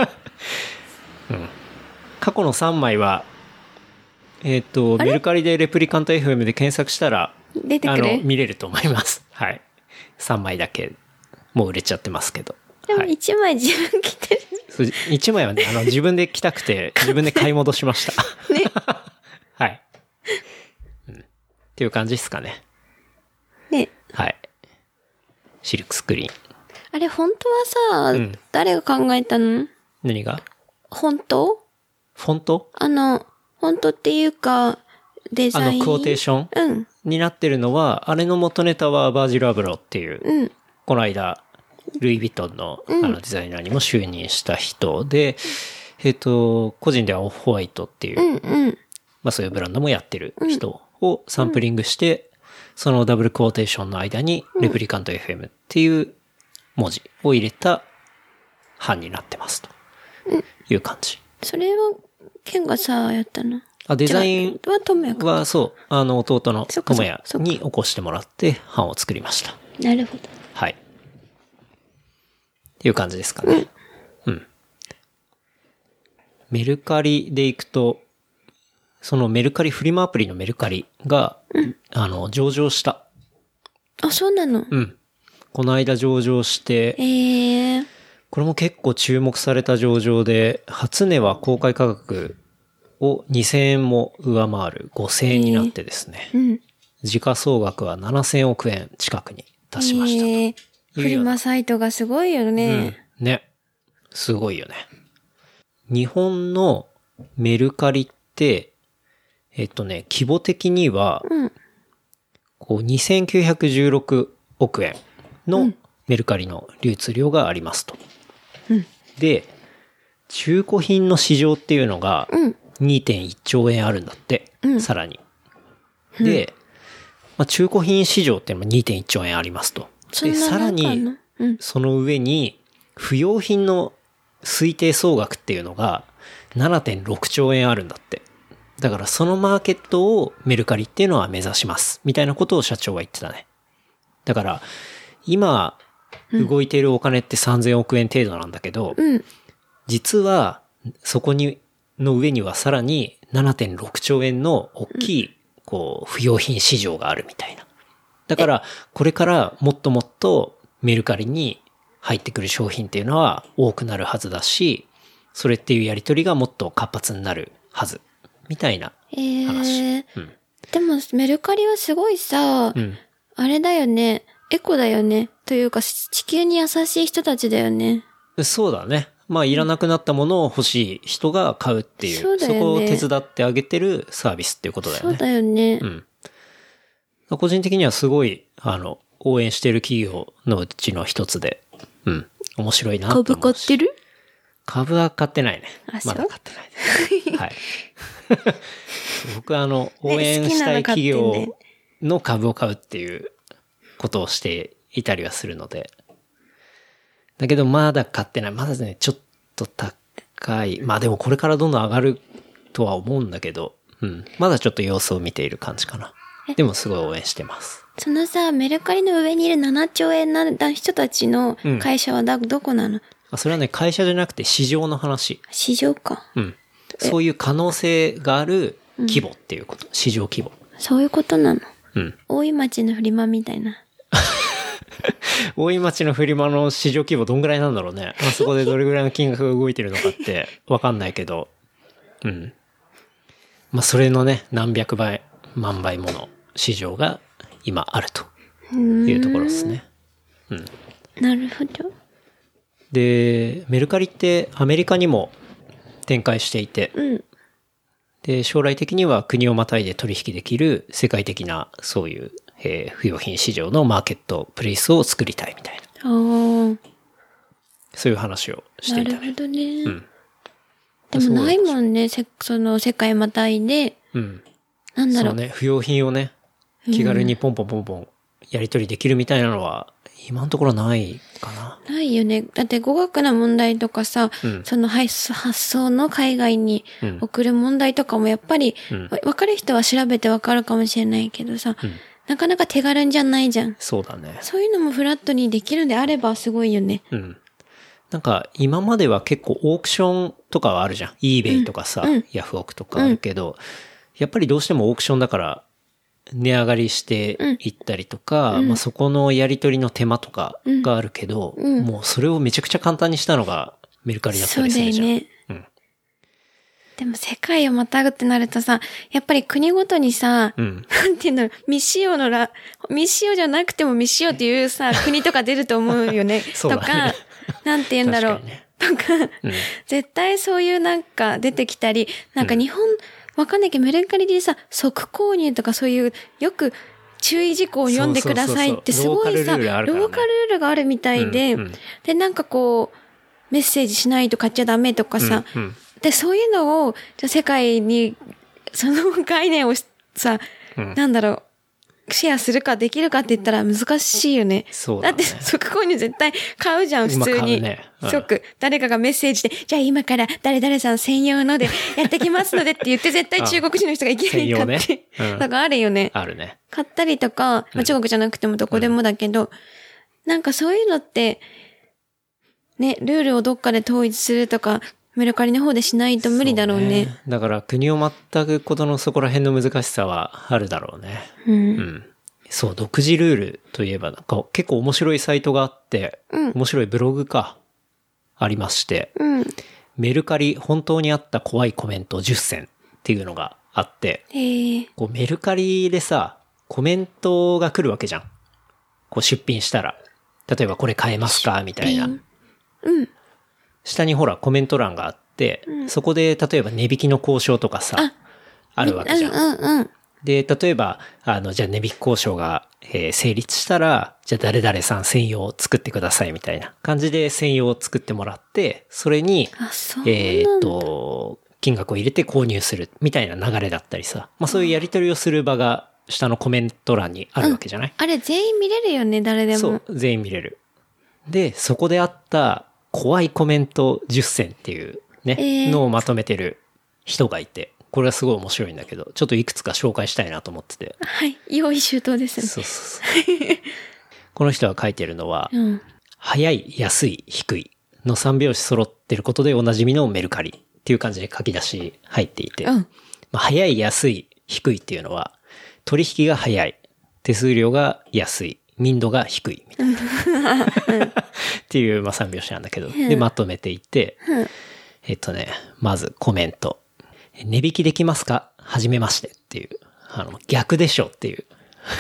過去の3枚は、メルカリでレプリカント FM で検索したら、 出てくる？ 見れると思います。はい。3枚だけ、もう売れちゃってますけど。 でもはい、 1枚自分着てる。 そう1枚はね、自分で着たくて、自分で買い戻しました。 ね。 はい、っていう感じですかね。 ね。 はい。シルクスクリーン。 あれ、本当はさ、誰が考えたの？ 何が？ 本当？ フォント？ 本当っていうか、デザイン。 クオーテーションになってるのは、あれの元ネタはバージル・アブローっていう、この間、ルイ・ヴィトンのデザイナーにも就任した人で、個人ではオフホワイトっていう、まあそういうブランドもやってる人をサンプリングして、 そのダブルクォーテーションの間にレプリカント FM っていう文字を入れた版になってますという感じ。 それは、ケンがさ、やったの？ デザインはトモヤか。 はそう、弟のそっかトモヤに起こしてもらって版を作りました。 なるほど。 はい。っていう感じですかね。うん。メルカリで行くと、そのメルカリ、フリマアプリのメルカリが、上場した。 あ、そうなの？ うん。この間上場して、これも結構注目された上場で、初値は公開価格を2000円も上回る5000円になってですね。時価総額は7000億円近くに達しましたと。 フリマサイトがすごいよね。 ね。すごいよね。日本のメルカリって、規模的には、こう2916億円のメルカリの流通量がありますと。で、中古品の市場っていうのが 2.1 兆円あるんだって、さらに。で、中古品市場っていうのも 2.1 兆円ありますと。で、さらに、その上に、不用品の推定総額っていうのが 7.6 兆円あるんだって。だからそのマーケットをメルカリっていうのは目指します。みたいなことを社長は言ってたね。だから、今、動いているお金って3000億円程度なんだけど、実は、そこに、の上にはさらに 7.6 兆円の大きい、こう、不用品市場があるみたいな。だから、これからもっともっとメルカリに入ってくる商品っていうのは多くなるはずだし、それっていうやり取りがもっと活発になるはず。みたいな話。 でも、メルカリはすごいさ、あれだよね。エコだよね。というか、地球に優しい人たちだよね。 そうだね。いらなくなったものを欲しい人が買うっていう、そこを手伝ってあげてるサービスっていうことだよね。 そうだよね。 個人的にはすごい、応援している企業のうちの一つで、面白いなと思うし。 株買ってる？ 株は買ってないね。まだ買ってないです。はい。僕は応援したい企業の株を買うっていうことをしていたりはするので。だけどまだ買ってない。まだね、ちょっと高い。でもこれからどんどん上がるとは思うんだけど、まだちょっと様子を見ている感じかな。でもすごい応援してます。 そのさ、メルカリの上にいる7兆円な人たちの会社はどこなの？ それはね、会社じゃなくて市場の話。 市場か。 そういう可能性がある規模っていうこと。市場規模。 そういうことなの。大井町のフリマみたいな。 大井町のフリマの市場規模どんぐらいなんだろうね。そこでどれぐらいの金額が動いてるのかってわかんないけど。それのね、何百倍、万倍もの市場が今あるというところですね。 なるほど。 で、メルカリってアメリカにも展開していて、で、将来的には国をまたいで取引できる世界的なそういう、不用品市場のマーケットプレイスを作りたいみたいな。そういう話をしていた、ね。 なるほどね。でもないもんね、その世界またいで。なんだろう。 そうね、不用品をね、気軽にポンポンポンポンやり取りできるみたいなのは、今のところないかな。 ないよね。だって語学の問題とかさ、その発送の海外に送る問題とかもやっぱり、わかる人は調べてわかるかもしれないけどさ、なかなか手軽じゃないじゃん。 そうだね。 そういうのもフラットにできるんであればすごいよね。 なんか今までは結構オークションとかはあるじゃん。eBay とかさ、ヤフオクとかあるけど、やっぱりどうしてもオークションだから値上がりしていったりとか、そこのやり取りの手間とかがあるけど、もうそれをめちゃくちゃ簡単にしたのがメルカリだったりするじゃん。そうだよね。 でも世界をまたぐってなるとさ、やっぱり国ごとにさ、なんていうの、未使用じゃなくても未使用っていうさ、国とか出ると思うよね。 そうだね。 とか、なんて言うんだろう。とか、絶対そういうなんか出てきたり、なんか日本、わかんないけど、メルカリでさ、即購入とかそういう、よく注意事項を読んでくださいってすごいさ、ローカルルールがあるみたいで、で、なんかこう、メッセージしないと買っちゃダメとかさ、で、そういうのを、世界に、その概念をさ、なんだろう、 シェアするかできるかって言ったら難しいよね。 そうだね。 って即購入絶対買うじゃん、普通に。 ね。 即、誰かがメッセージで、じゃあ今から誰々さん専用のでやってきますのでって言って絶対中国人の人がいきなり買って。なんかあるよね。 あるね。 買ったりとか、まあ、中国じゃなくてもどこでもだけど、なんかそういうのって、ね、ルールをどっかで統一するとか、メルカリの方でしないと無理だろうね。 だから国をまったくことのそこら辺の難しさはあるだろうね。そう、独自ルールといえばなんか結構面白いサイトがあって、面白いブログか、ありまして、メルカリ本当にあった怖いコメント10選っていうのがあって、こうメルカリでさ、コメントが来るわけじゃん。こう出品したら。例えばこれ買えますかみたいな。下にほらコメント欄があって、そこで例えば値引きの交渉とかさ、あるわけじゃん。で、例えば、じゃあ値引き交渉が、成立したら、じゃあ誰々さん専用を作ってくださいみたいな感じで専用を作ってもらって、それに、金額を入れて購入するみたいな流れだったりさ。まあそういうやり取りをする場が下のコメント欄にあるわけじゃない？ あれ全員見れるよね、誰でも。 そう、全員見れる。で、そこであった怖いコメント10選っていうね、のをまとめてる人がいて、これはすごい面白いんだけど、ちょっといくつか紹介したいなと思ってて。 はい。用意周到ですね。 そうそうそう。この人が書いてるのは、早い、安い、低いの3拍子揃ってることでおなじみのメルカリっていう感じで書き出し入っていて、まあ、早い、安い、低いっていうのは、取引が早い、手数料が安い、民度が低いみたいな。っていう、まあ、3拍子なんだけど、で、まとめていて、まずコメント。値引きできますか？はじめましてっていう。逆でしょっていう。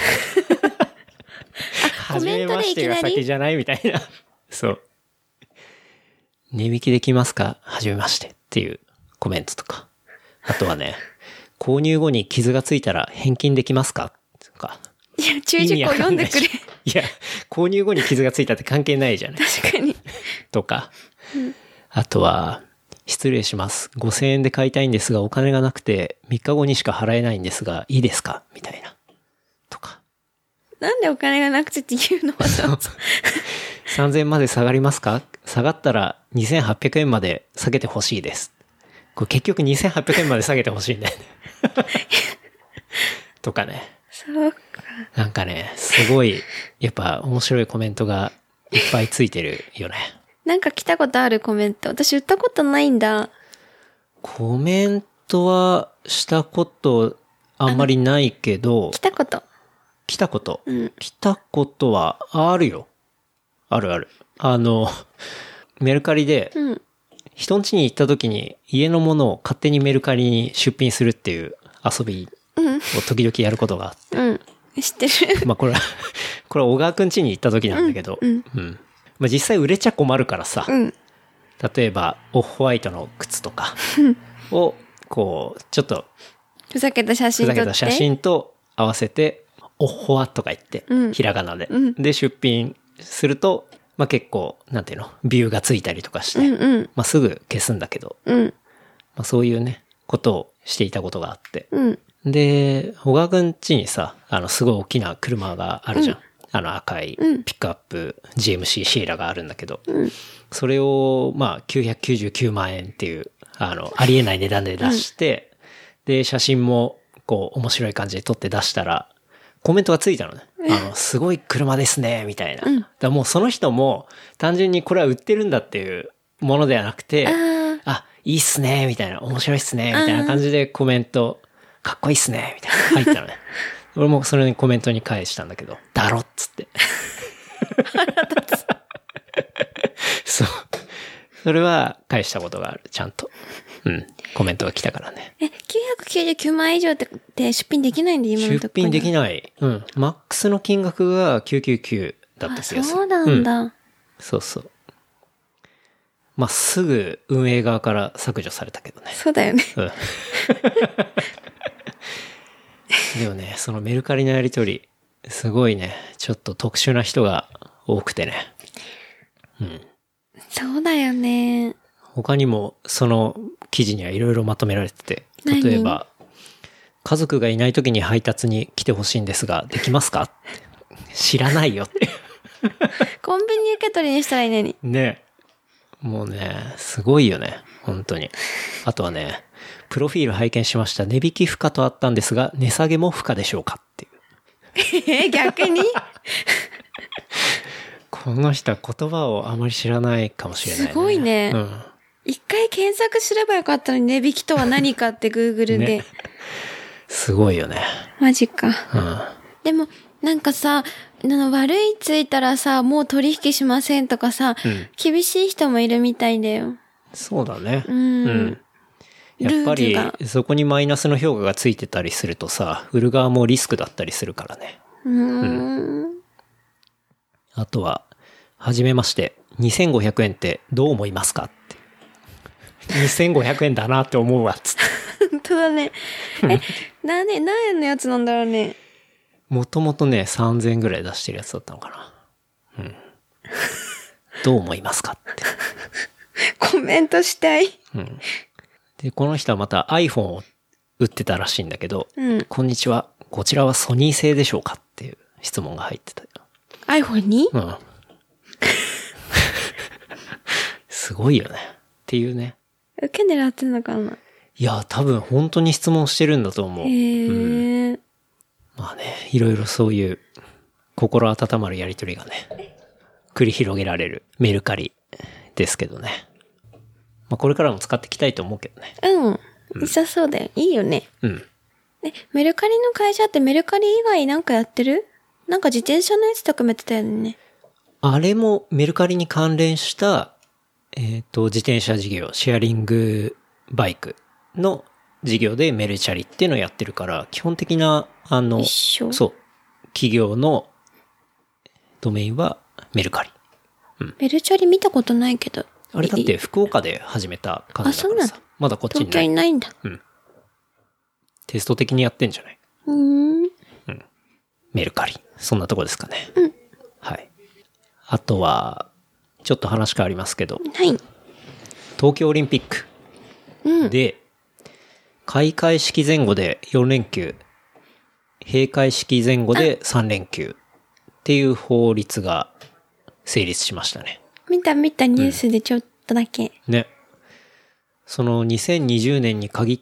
はじめましてが先じゃないみたいな。そう。値引きできますか？はじめましてっていうコメントとか。あとはね、購入後に傷がついたら返金できますか？とか。 いや、注意事項読んでくれ。 いや、購入後に傷がついたって関係ないじゃない。 確かに。 とか。あとは、失礼します。5000円で買いたいんですが、お金がなくて、3日後にしか払えないんですが、いいですか？みたいな。とか。 なんでお金がなくてって言うの？ 3000円まで下がりますか？下がったら2800円まで下げてほしいです。これ結局2800円まで下げてほしいんだよね。とかね。 そうか。 なんかね、すごい、やっぱ面白いコメントがいっぱいついてるよね。 なんか来たことあるコメント。私言ったことないんだ。 コメントはしたことあんまりないけど。 来たこと。 来たこと。来たことはあるよ。あるある。メルカリで、人ん家に行った時に家のものを勝手にメルカリに出品するっていう遊びを時々やることがあって。 知ってる。 まあこれは小川くん家に行った時なんだけど、まあ実際売れちゃ困るからさ、例えばオフホワイトの靴とかをこうちょっとふざけた写真と合わせてオフホワとか言って、ひらがなで、で出品すると、まあ結構なんていうのビューがついたりとかして、まあすぐ消すんだけど、まあそういうねことをしていたことがあって、で小川くん家にさすごい大きな車があるじゃん。赤いピックアップ GMC シエラがあるんだけど、それをまあ999万円っていうありえない値段で出して、で写真もこう面白い感じで撮って出したらコメントがついたのね。すごい車ですねみたいな。だからもうその人も単純にこれは売ってるんだっていうものではなくて、いいっすねみたいな、面白いっすねみたいな感じでコメント、かっこいいっすねみたいな入ったのね。俺もそれにコメントに返したんだけど、だろっつって。そう。それは返したことがある、ちゃんと。コメントが来たからね。 999万以上って出品できないんで、今のところ。 出品できない。マックスの金額が999だった気がする。 そうなんだ。 そうそう。まあ、すぐ運営側から削除されたけどね。 そうだよね。 でもね、そのメルカリのやりとり、すごいね、ちょっと特殊な人が多くてね。 そうだよね。 他にも、その記事にはいろいろまとめられてて、例えば、 家族がいない時に配達に来てほしいんですが、できますかって。知らないよって。 コンビニ受け取りにしたらいいのに。 ね。もうね、すごいよね。本当に。あとはね、プロフィール拝見しました。値引き不可とあったんですが、値下げも不可でしょうかっていう。 逆にこの人は言葉をあまり知らないかもしれない、ね。 すごいね。 うん。 一回検索すればよかったのに、値引きとは何かって Google で。 ね、すごいよね。 マジか。 うん。 でも、なんかさ、悪いついたらさ、もう取引しませんとかさ、厳しい人もいるみたいだよ。 そうだね。うん。やっぱり、そこにマイナスの評価がついてたりするとさ、売る側もリスクだったりするからね。あとは、はじめまして、2500円ってどう思いますかって。2500円だなって思うわ、つって。 本当だね。何円のやつなんだろうね。 もともとね、3000円ぐらい出してるやつだったのかな。うん。どう思いますかって。 コメントしたい。 うん。で、この人はまた iPhone を売ってたらしいんだけど、こんにちは。こちらはソニー製でしょうかっていう質問が入ってた。 iPhone に？ うん。すごいよね。っていうね。 受け狙ってんのかな？ いや、多分本当に質問してるんだと思う。まあね、いろいろそういう心温まるやりとりがね、繰り広げられるメルカリですけどね。まあこれからも使っていきたいと思うけどね。 良さそうだよ。いいよね。メルカリの会社ってメルカリ以外なんかやってる？なんか自転車のやつとかもやってたよね。 あれもメルカリに関連した、自転車事業、シェアリングバイクの事業でメルチャリっていうのをやってるから、基本的な、 一緒？ そう、企業のドメインはメルカリ。 メルチャリ見たことないけど。 あれだって福岡で始めた感じだからさ。まだこっちにない。 東京にないんだ。 テスト的にやってんじゃない？メルカリ。そんなとこですかね。はい。あとは、ちょっと話変わりますけど。 はい。 東京オリンピックで、開会式前後で4連休、閉会式前後で3連休っていう法律が成立しましたね。 見たニュースでちょっとだけ。 ね。その2020年に限って、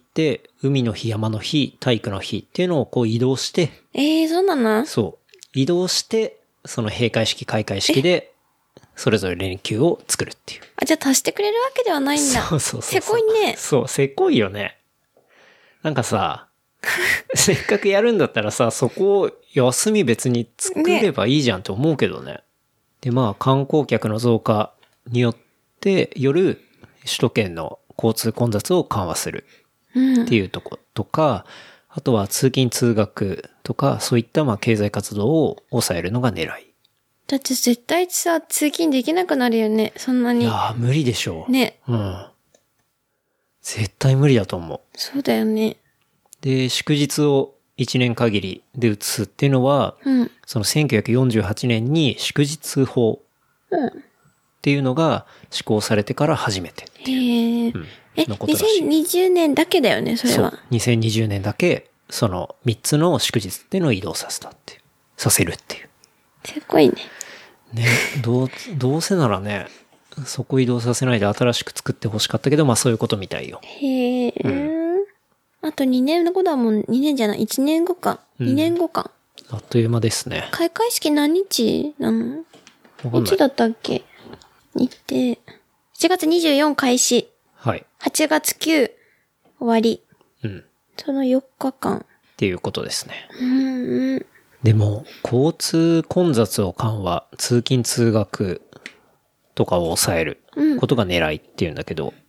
海の日、山の日、体育の日っていうのをこう移動して。 そうなの？ そう。移動して、その閉会式、開会式で、それぞれ連休を作るっていう。 じゃあ足してくれるわけではないんだ。 そう。 せこいね。 そう、せこいよね。なんかさ、せっかくやるんだったらさ、そこを休み別に作ればいいじゃんって思うけどね。で、まあ観光客の増加によって首都圏の交通混雑を緩和するっていうとことか、あとは通勤通学とかそういったまあ経済活動を抑えるのが狙い。 だって絶対さ、通勤できなくなるよね、そんなに。 いやー無理でしょう。 ね。 絶対無理だと思う。 そうだよね。 で、祝日を1年限りで移すっていうのは、その1948年に祝日法っていうのが施行されてから初めて。 2020年だけだよね、それは。 そう。2020年だけ、その3つの祝日っていうのを移動させたっていう。させるっていう。 せこいね。 ね、どうせならね、そこ移動させないで新しく作ってほしかったけど、まあそういうことみたいよ。 あと2年後だもん。2年じゃない、1年後か。2年後か。 あっという間ですね。 開会式何日なの？いつだったっけ？日程。7月24開始。 はい。 8月9終わり。その4日間。 っていうことですね。でも、交通混雑を緩和、通勤通学とかを抑えることが狙いっていうんだけど、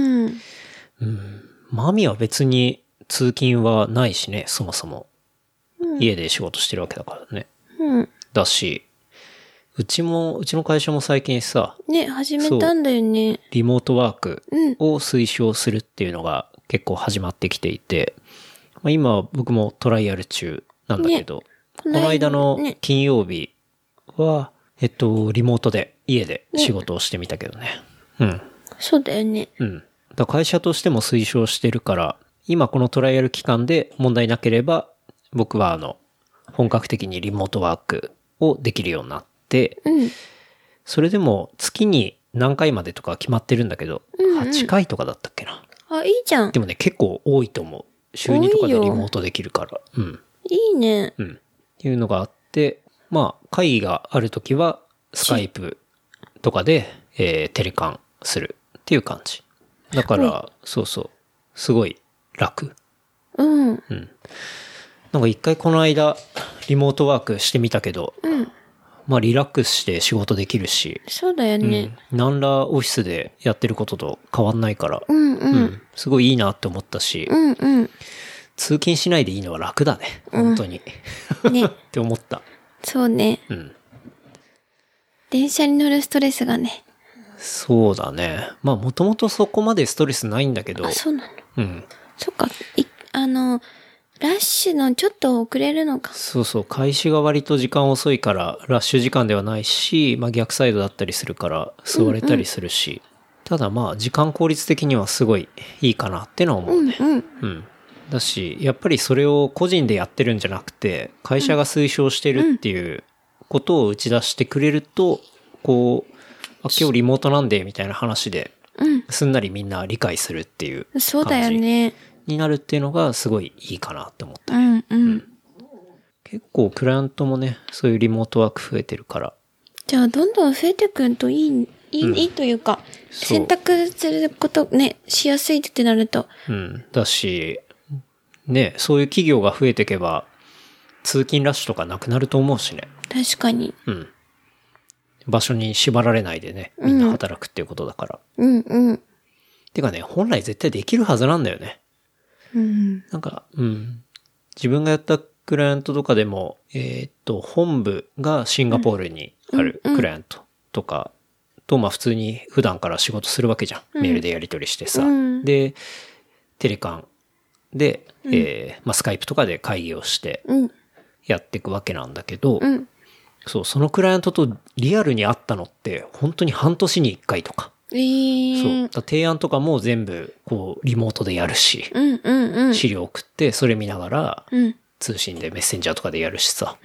マミは別に通勤はないしね、そもそも。家で仕事してるわけだからね。だし、うちの会社も最近さ、 ね、始めたんだよね。 リモートワークを推奨するっていうのが結構始まってきていて、まあ、今僕もトライアル中なんだけど、この間の金曜日は、リモートで家で仕事をしてみたけどね。 そうだよね。 だ会社としても推奨してるから今このトライアル期間で問題なければ、僕は本格的にリモートワークをできるようになって、それでも月に何回までとか決まってるんだけど、8回とかだったっけな。 あ、いいじゃん。 でもね、結構多いと思う。週2とかでリモートできるから。 いいね。 っていうのがあって、まあ、会議があるときは、スカイプとかで、テレカンするっていう感じ。だから、そうそう、すごい楽。なんか一回この間、リモートワークしてみたけど、まあリラックスして仕事できるし。 そうだよね。 何らオフィスでやってることと変わんないから、すごいいいなって思ったし、通勤しないでいいのは楽だね。本当に。ね。って思った。 そうね。電車に乗るストレスがね。 そうだね。まあもともとそこまでストレスないんだけど。 あ、そうなの。そっか。ラッシュのちょっと遅れるのか。 そうそう。開始が割と時間遅いから、ラッシュ時間ではないし、まあ逆サイドだったりするから、座れたりするし。ただまあ時間効率的にはすごいいいかなってのは思うね。だし、やっぱりそれを個人でやってるんじゃなくて、会社が推奨してるっていうことを打ち出してくれると、こう、今日リモートなんで、みたいな話で、すんなりみんな理解するっていう感じ。 そうだよね。 になるっていうのがすごいいいかなって思った。結構クライアントもね、そういうリモートワーク増えてるから。 じゃあどんどん増えてくるといいというか、選択することね、しやすいってなると。 だし、ね、そういう企業が増えていけば、通勤ラッシュとかなくなると思うしね。 確かに。 場所に縛られないでね、みんな働くっていうことだから。てかね、本来絶対できるはずなんだよね。なんか、自分がやったクライアントとかでも、本部がシンガポールにあるクライアントとかと、まあ普通に普段から仕事するわけじゃん。メールでやり取りしてさ。で、テレカンで、まあスカイプとかで会議をしてやっていくわけなんだけど、そう、そのクライアントとリアルに会ったのって本当に半年に1回とか。そう。提案とかも全部、こう、リモートでやるし、資料送って、それ見ながら、通信でメッセンジャーとかでやるしさ。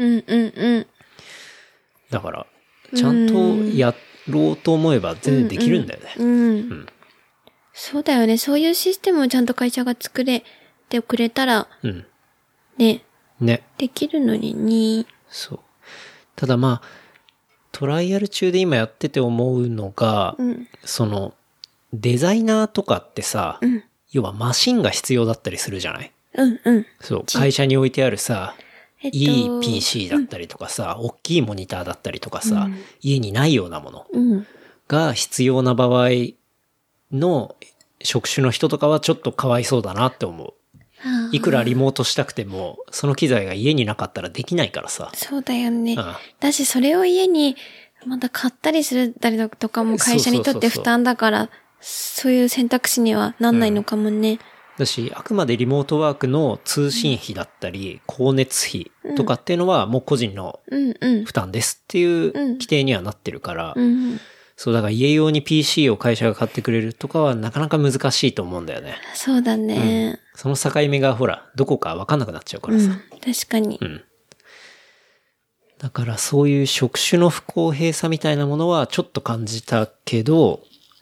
だから、ちゃんとやろうと思えば全然できるんだよね。 そうだよね。そういうシステムをちゃんと会社が作れてくれたら、ね。できるのにね。 そう。ただまあ、トライアル中で今やってて思うのが、その、デザイナーとかってさ、要はマシンが必要だったりするじゃない？そう、会社に置いてあるさ、いい PC だったりとかさ、大きいモニターだったりとかさ、家にないようなものが必要な場合の職種の人とかはちょっとかわいそうだなって思う。いくらリモートしたくても、その機材が家になかったらできないからさ。 そうだよね。だし、それを家にまた買ったりするたりとかも会社にとって負担だから、そういう選択肢にはなんないのかもね。 だし、あくまでリモートワークの通信費だったり、光熱費とかっていうのはもう個人の負担ですっていう規定にはなってるから、そう、だから家用に PC を会社が買ってくれるとかはなかなか難しいと思うんだよね。 そうだね。 その境目がほら、どこかわかんなくなっちゃうからさ。 確かに。 だからそういう職種の不公平さみたいなものはちょっと感じたけど、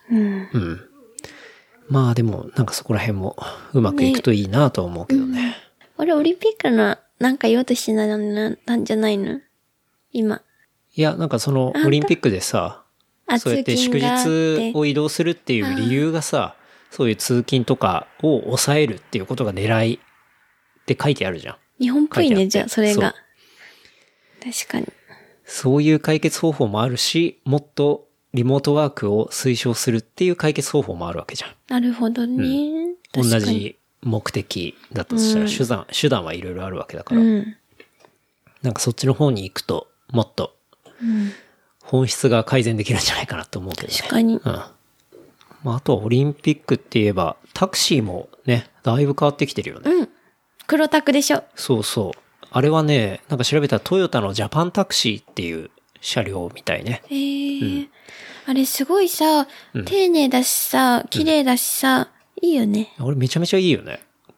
まあでもなんかそこら辺もうまくいくといいなとは思うけどね。 俺オリンピックのなんか言おうとしてたんじゃないの？今。 いや、なんかそのオリンピックでさ、そうやって祝日を移動するっていう理由がさ、そういう通勤とかを抑えるっていうことが狙いって書いてあるじゃん。 日本っぽいね、じゃあ、それが。確かに。 そういう解決方法もあるし、もっとリモートワークを推奨するっていう解決方法もあるわけじゃん。 なるほどね。 同じ目的だとしたら手段はいろいろあるわけだから。なんかそっちの方に行くと、もっと、本質が改善できるんじゃないかなと思うけどね。 確かに。 まあ、あとはオリンピックって言えば、タクシーもね、だいぶ変わってきてるよね。 黒タクでしょ。 そうそう。あれはね、なんか調べたらトヨタのジャパンタクシーっていう車両みたいね。あれすごいさ、丁寧だしさ、綺麗だしさ、いいよね。 俺めちゃめちゃいいよね。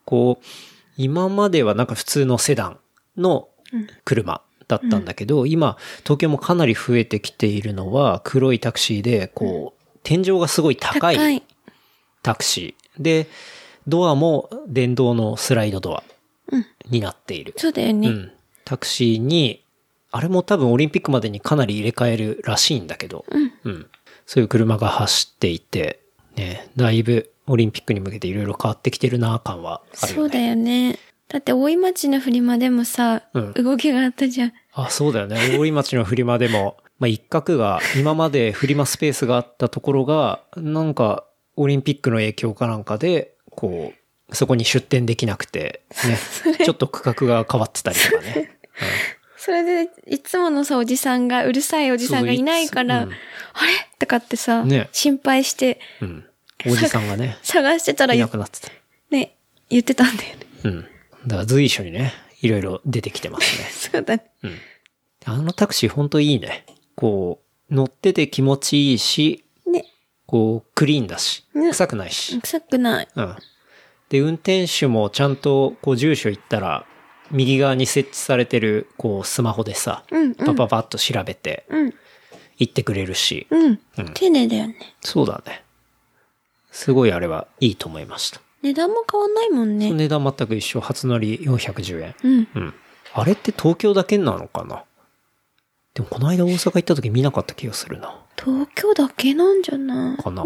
こう、今まではなんか普通のセダンの車だったんだけど、今、東京もかなり増えてきているのは、黒いタクシーで、こう、天井がすごい高いタクシー。で、ドアも電動のスライドドアになっている。 そうだよね。 タクシーに、あれも多分オリンピックまでにかなり入れ替えるらしいんだけど、そういう車が走っていて、ね、だいぶオリンピックに向けていろいろ変わってきてるな感はあるよね。 そうだよね。だって大井町のフリマでもさ、動きがあったじゃん。 あ、そうだよね。大井町のフリマでも、まあ、一角が今までフリマスペースがあったところが、なんかオリンピックの影響かなんかで、こう、そこに出店できなくて、ね、ちょっと区画が変わってたりとかね。 それで、いつものさ、うるさいおじさんがいないから、あれとかってさ、ね、心配して、 おじさんがね、 探してたらいなくなってた。 ね、言ってたんだよね。 だから随所にね、いろいろ出てきてますね。 そうだね。 あのタクシーほんといいね。こう、乗ってて気持ちいいし、 ね、 こう、クリーンだし、臭くないし。 臭くない。 で、運転手もちゃんと、こう、住所行ったら、右側に設置されてる、こう、スマホでさ、パパパッと調べて、行ってくれるし。 丁寧だよね。 そうだね。すごいあれはいいと思いました。 値段も変わんないもんね。 値段全く一緒。初乗り410円。あれって東京だけなのかな？でもこの間大阪行った時見なかった気がするな。 東京だけなんじゃないかな。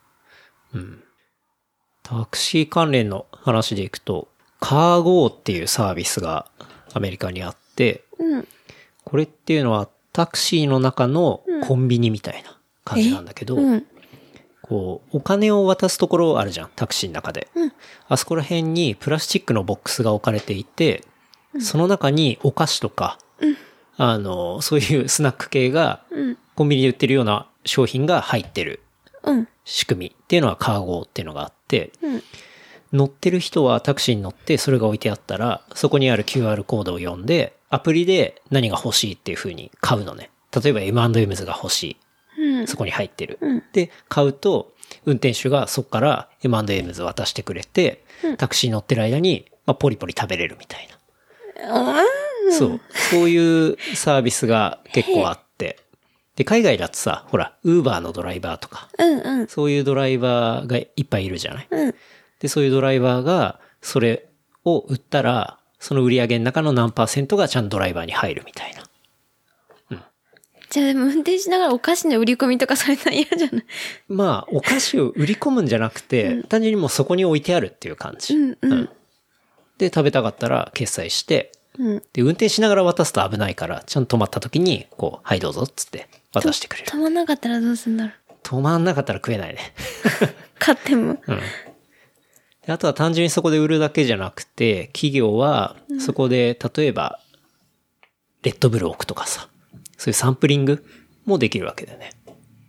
タクシー関連の話でいくと、カーゴーっていうサービスがアメリカにあって、これっていうのはタクシーの中のコンビニみたいな感じなんだけど、こう、お金を渡すところあるじゃん、タクシーの中で。あそこら辺にプラスチックのボックスが置かれていて、その中にお菓子とか、そういうスナック系が、コンビニで売ってるような商品が入ってる仕組みっていうのはカーゴーっていうのがあって、乗ってる人はタクシーに乗ってそれが置いてあったら、そこにある QR コードを読んで、アプリで何が欲しいっていう風に買うのね。例えば M&M's が欲しい。そこに入ってる。で、買うと、運転手がそこから M&M's 渡してくれて、タクシー乗ってる間に、ポリポリ食べれるみたいな。そういうサービスが結構あって。で、海外だとさ、ほら、ウーバーのドライバーとか、そういうドライバーがいっぱいいるじゃない。で、そういうドライバーが、それを売ったら、その売り上げの中の何%がちゃんとドライバーに入るみたいな。 じゃあでも運転しながらお菓子の売り込みとかされたら嫌じゃない？ まあ、お菓子を売り込むんじゃなくて、単純にもうそこに置いてあるっていう感じ。で、食べたかったら決済して、で、運転しながら渡すと危ないから、ちゃんと止まった時に、こう、はいどうぞっつって渡してくれる。 止まんなかったらどうすんだろう？ 止まんなかったら食えないね。 買っても。 あとは単純にそこで売るだけじゃなくて、企業はそこで例えば、レッドブル置くとかさ、そういうサンプリングもできるわけだよね。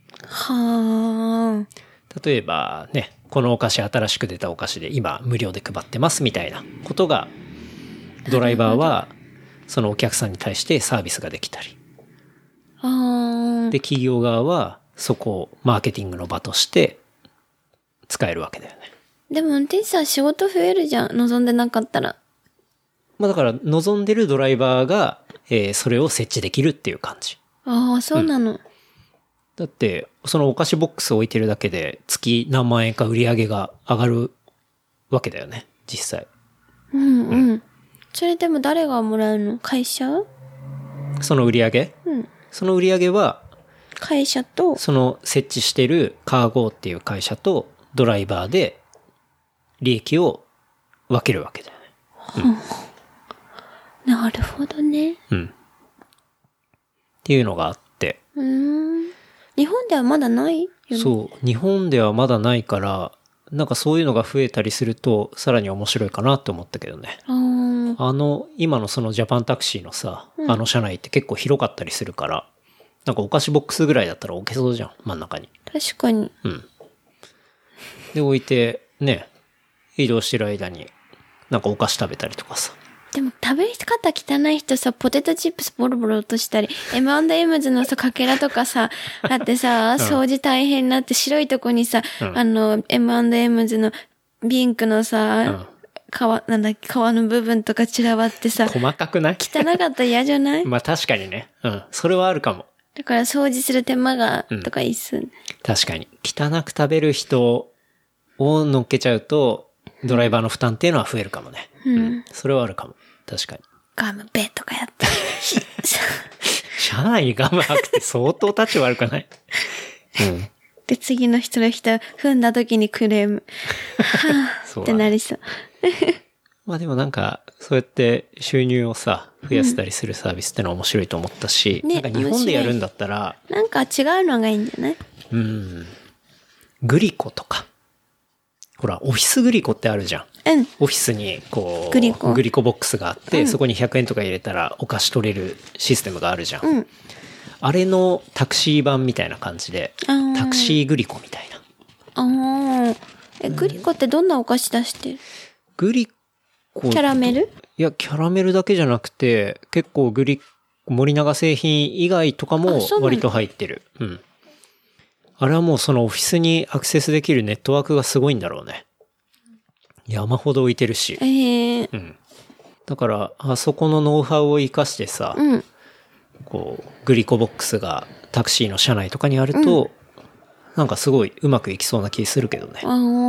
はあ。 例えばね、このお菓子新しく出たお菓子で今無料で配ってますみたいなことが、ドライバーはそのお客さんに対してサービスができたり。で、企業側はそこをマーケティングの場として使えるわけだよね。 でも運転手さん仕事増えるじゃん。望んでなかったら。 まあだから望んでるドライバーが、それを設置できるっていう感じ。 ああ、そうなの。 だって、そのお菓子ボックス置いてるだけで月何万円か売り上げが上がるわけだよね、実際。それでも誰がもらうの？会社？ その売り上げ？その売り上げは、 会社と、 その設置してるカーゴーっていう会社とドライバーで利益を分けるわけだよね。 なるほどね。 っていうのがあって。 日本ではまだないよね。 そう。日本ではまだないから、なんかそういうのが増えたりすると、さらに面白いかなって思ったけどね。今のそのジャパンタクシーのさ、車内って結構広かったりするから、なんかお菓子ボックスぐらいだったら置けそうじゃん、真ん中に。 確かに。 で、置いて、ね、移動してる間に、なんかお菓子食べたりとかさ。 でも食べ方汚い人さ、ポテトチップスボロボロ落としたり、M&M's のさ、かけらとかさ、あってさ、掃除大変になって白いとこにさ、M&M's のピンクのさ、 なんだっけ、皮の部分とか散らばってさ、 細かくない？ 汚かったら嫌じゃない？ まあ確かにね。うん。それはあるかも。 だから掃除する手間が、とかいいっすね。 確かに。汚く食べる人を乗っけちゃうと、ドライバーの負担っていうのは増えるかもね。それはあるかも。確かに。 ガムベとかやって。 車内にガム吐くって相当立ち悪くない？ で、次の人踏んだ時にクレーム。はぁ、ってなりそう。 まあでもなんか、そうやって収入をさ、増やせたりするサービスってのは面白いと思ったし、なんか日本でやるんだったら、 なんか違うのがいいんじゃない？ グリコとか。ほら、オフィスグリコってあるじゃん。オフィスに、こう、グリコボックスがあって、そこに100円とか入れたらお菓子取れるシステムがあるじゃん。あれのタクシー版みたいな感じで、タクシーグリコみたいな。 グリコってどんなお菓子出してる？ グリコ。 キャラメル？ いや、キャラメルだけじゃなくて、結構森永製品以外とかも割と入ってる。あれはもうそのオフィスにアクセスできるネットワークがすごいんだろうね。山ほど置いてるし。だから、あそこのノウハウを活かしてさ、こう、グリコボックスがタクシーの車内とかにあると、なんかすごいうまくいきそうな気するけどね。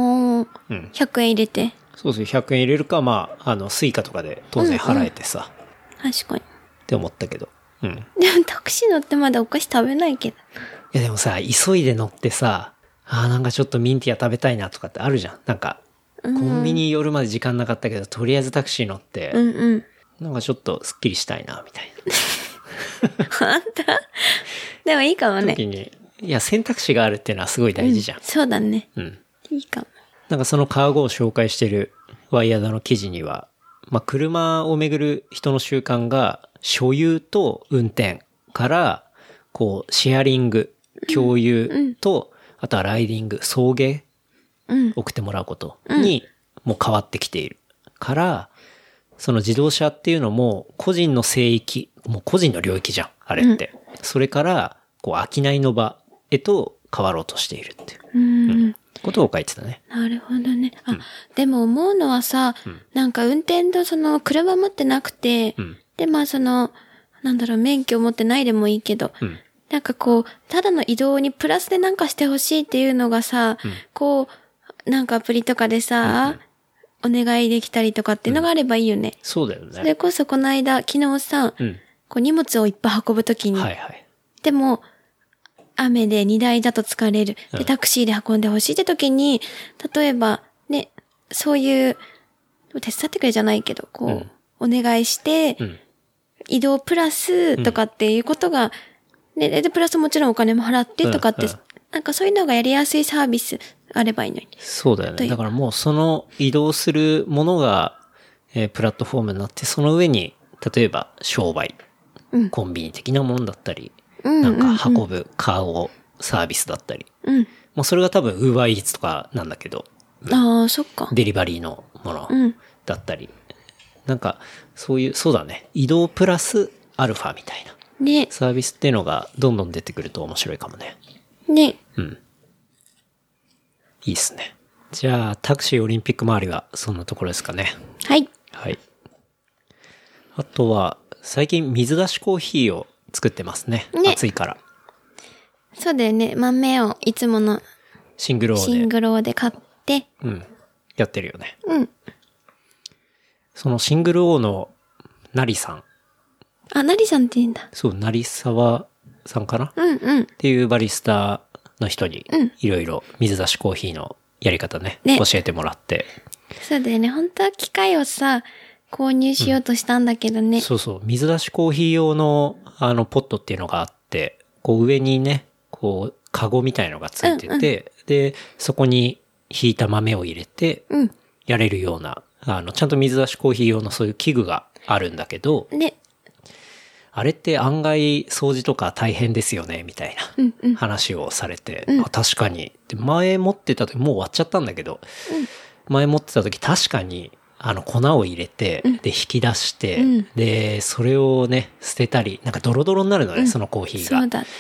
100円入れて。 そうそう、100円入れるか、まあ、スイカとかで当然払えてさ。 確かに。 って思ったけど。でもタクシー乗ってまだお菓子食べないけど。 いやでもさ、急いで乗ってさ、なんかちょっとミンティア食べたいなとかってあるじゃん。なんか、コンビニ寄るまで時間なかったけど、とりあえずタクシー乗って、なんかちょっとスッキリしたいな、みたいな。あんたでもいいかもね。 時に、いや、選択肢があるっていうのはすごい大事じゃん。 そうだね。いいかも。 なんかそのカーゴを紹介してるワイヤードの記事には、まあ、車をめぐる人の習慣が、所有と運転から、こう、シェアリング、共有と、あとはライディング、送迎、送ってもらうことに、もう変わってきているから、その自動車っていうのも、個人の聖域、もう個人の領域じゃん、あれって。それから、こう、商いの場へと変わろうとしているっていう。ことを書いてたね。 なるほどね。でも思うのはさ、なんか運転のその車持ってなくて、で、まあその、なんだろう、免許持ってないでもいいけど、なんかこう、ただの移動にプラスでなんかしてほしいっていうのがさ、こう、なんかアプリとかでさ、お願いできたりとかっていうのがあればいいよね。 そうだよね。 それこそこの間、昨日さ、こう荷物をいっぱい運ぶときに、でも、雨で荷台だと疲れる。で、タクシーで運んでほしいって時に、例えば、ね、そういう、手伝ってくれじゃないけど、こう、お願いして、移動プラスとかっていうことが、ね、で、プラスもちろんお金も払ってとかって、なんかそういうのがやりやすいサービスあればいいのに。 そうだよね。だからもうその移動するものが、プラットフォームになって、その上に、例えば商売、コンビニ的なものだったり、なんか運ぶカーゴサービスだったり。もうそれが多分 Uber Eats とかなんだけど。 そっか。 デリバリーのものだったり。なんか、そういう、そうだね。移動プラスアルファみたいな。 ね。 サービスっていうのがどんどん出てくると面白いかもね。 ね。 いいっすね。じゃあ、タクシーオリンピック周りはそんなところですかね。 はい。 はい。あとは、最近水出しコーヒーを作ってますね。暑いから。 そうだよね。豆をいつものシングローで買って。 やってるよね。そのシングル O のなりさん。 なりさんって言うんだ。 そう、成沢さんかなっていうバリスタの人に、いろいろ水出しコーヒーのやり方ね、教えてもらって。 そうだよね。本当は機械をさ、購入しようとしたんだけどね。 そうそう。水出しコーヒー用の、ポットっていうのがあって、こう上にね、こう、カゴみたいのがついてて、で、そこにひいた豆を入れて、やれるような、ちゃんと水出しコーヒー用のそういう器具があるんだけど、 ね。 あれって案外掃除とか大変ですよね、みたいな話をされて、確かに。で、前持ってた時、もう終わっちゃったんだけど、前持ってた時確かに、粉を入れて、で、引き出して、で、それをね、捨てたり、なんかドロドロになるのね、そのコーヒーが。 そうだ。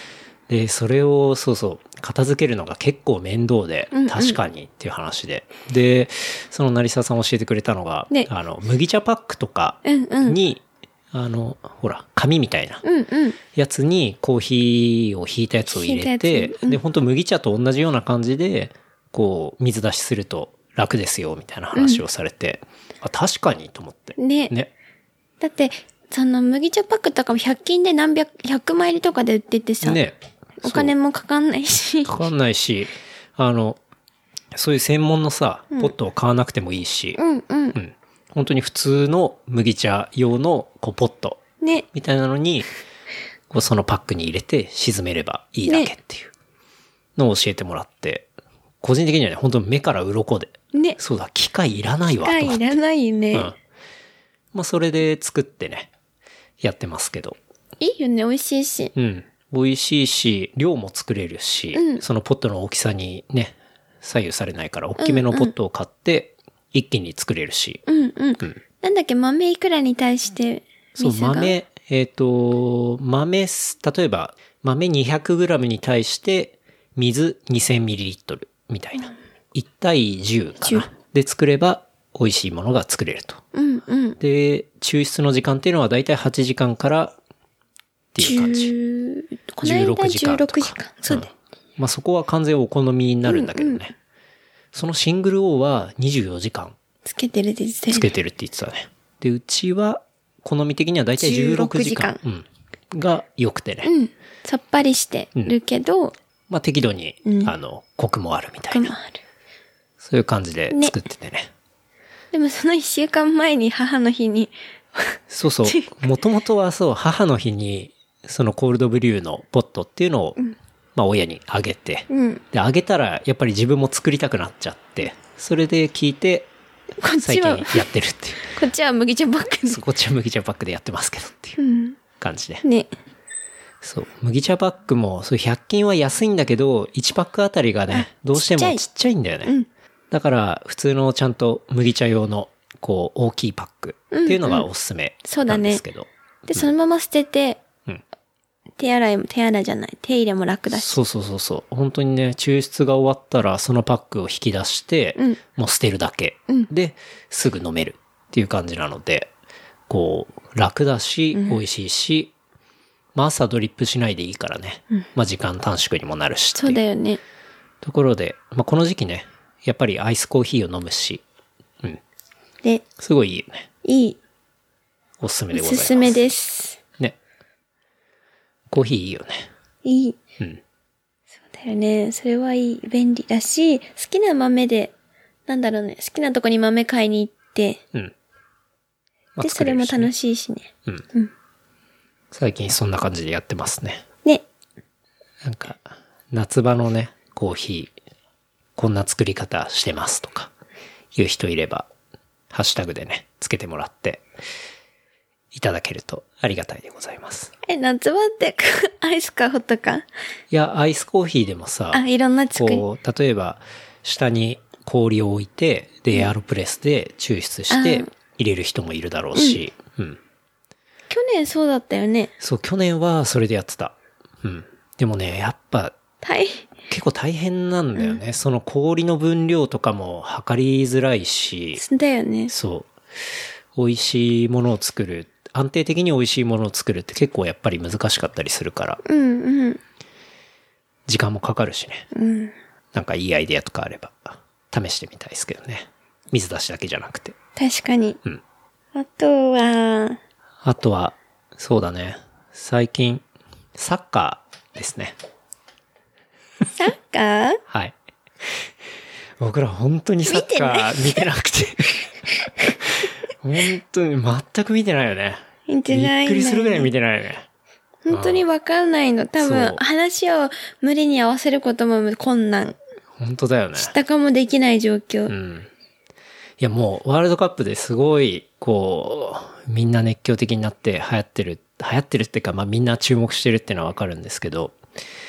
で、それを、そうそう、片付けるのが結構面倒で、 うんうん確かにっていう話で。で、その成沢さん教えてくれたのが、 ね麦茶パックとかうんうん。 に、ほら、紙みたいなうんうん。 やつにコーヒーをひいたやつを入れひいたてや、つうんで、本当麦茶と同じような感じで、こう、水出しすると楽ですよ、みたいな話をされて、あ、確かにと思って。 ね。 ね。 だって、その麦茶パックとかも100均で100マイルとかで売っててさ、 ね。 お金もかかんないし。 かかんないし、そういう専門のさ、ポットを買わなくてもいいし、 うんうん。 うん本当に普通の麦茶用のこうポットね。 みたいなのに、こうそのパックに入れて沈めればいいだけっていうのを教えてもらって、個人的にはね、本当目から鱗で、 ね。 そうだ、機械いらないわと機械思って。 いらないよね。 うん。まあそれで作ってね、やってますけど。 いいよね、美味しいし。 うん。美味しいし、量も作れるし、 うんそのポットの大きさにね、左右されないから、大きめのポットを買って、一気に作れるし。 うんうん。なんだっけ、豆いくらに対してそう、 水が。 豆、豆、例えば、豆 200g に対して、水 2000ml みたいな。1対10かな。で作れば、美味しいものが作れると。 うんうん。 で、抽出の時間っていうのはだいたい8時間からっていう感じ。 この間 16時間とか 16時間。そうだよ。 まあそこは完全お好みになるんだけどね。そのシングル O は24時間つけてるって言ってたよねつけてるって言ってたね。で、うちは好み的にはだいたい16時間。 16時うん。が良くてね。 うん。さっぱりしてるけど、 まあ適度に、コクもあるみたいな。 コクもある。 そういう感じで作っててね。 でもその1週間前に母の日に、 そうそう。もともとはそう、母の日に、そのコールドブリューのポットっていうのを、まあ親にあげて、 うん。 で、あげたらやっぱり自分も作りたくなっちゃって、それで聞いて、 こっ最近ちは、 やってるっていう。 こっちは麦茶ばっかり。 そうこっちは麦茶パックでやってますけどっていううん。 感じで。 ね。 そう。麦茶パックも、そう100均は安いんだけど、1パックあたりがね、どうしてもちっちゃいんだよね。 うんだから、普通のちゃんと麦茶用の、こう、大きいパックっていうのがおすすめなんですけど。 で、そのまま捨てて、 うん手洗いじゃない。手入れも楽だし。 そうそうそうそう。本当にね、抽出が終わったら、そのパックを引き出して、 うんもう捨てるだけ。 うんで、すぐ飲めるっていう感じなので、こう、楽だし、美味しいし、まあ朝ドリップしないでいいからね。まあ時間短縮にもなるしってそういうだよね。 ところで、まあこの時期ね、やっぱりアイスコーヒーを飲むし、うん。 で、 すごいいいよね。 いい。 おすすめおでございます。 すすめです。 ね。コーヒーいいよね。 いい。 うん。 そうだよね。それはいい。便利だし、好きな豆で、なんだろうね。好きなとこに豆買いに行って、 うん。まあで、それも楽い。 しいしね。 最近そんな感じでやってますね。 ね。 なんか、夏場のね、コーヒー、こんな作り方してますとか、いう人いれば、ハッシュタグでね、つけてもらって、いただけるとありがたいでございます。 夏場って、アイスかホットか。 いや、アイスコーヒーでもさ、 あ、いろんな作り。 こう、例えば、下に氷を置いて、で、エアロプレスで抽出して入れる人もいるだろうし、うん。 去年そうだったよね。 そう、去年はそれでやってた。うん。でもね、やっぱ、結構大変なんだよね。その氷の分量とかも測りづらいし、 だよね。 そう。美味しいものを作る。安定的に美味しいものを作るって結構やっぱり難しかったりするから、 うんうん。 時間もかかるしね。 うん。 なんかいいアイデアとかあれば、試してみたいですけどね。水出しだけじゃなくて。 確かに。 うん。 あとは、 あとは、そうだね。最近、サッカーですね。 サッカーはい。僕ら本当にサッカー見てなくて。本当に全く見てないよね。 見てないんだよねびっくりするぐらい見てないよね。 本当にわかんないの。多そう分、話を無理に合わせることも困難。 本当だよね。 知ったかもできない状況。 うん。いやもうワールドカップですごい、こう、みんな熱狂的になって流行ってるっていうか、まあみんな注目してるっていうのはわかるんですけど、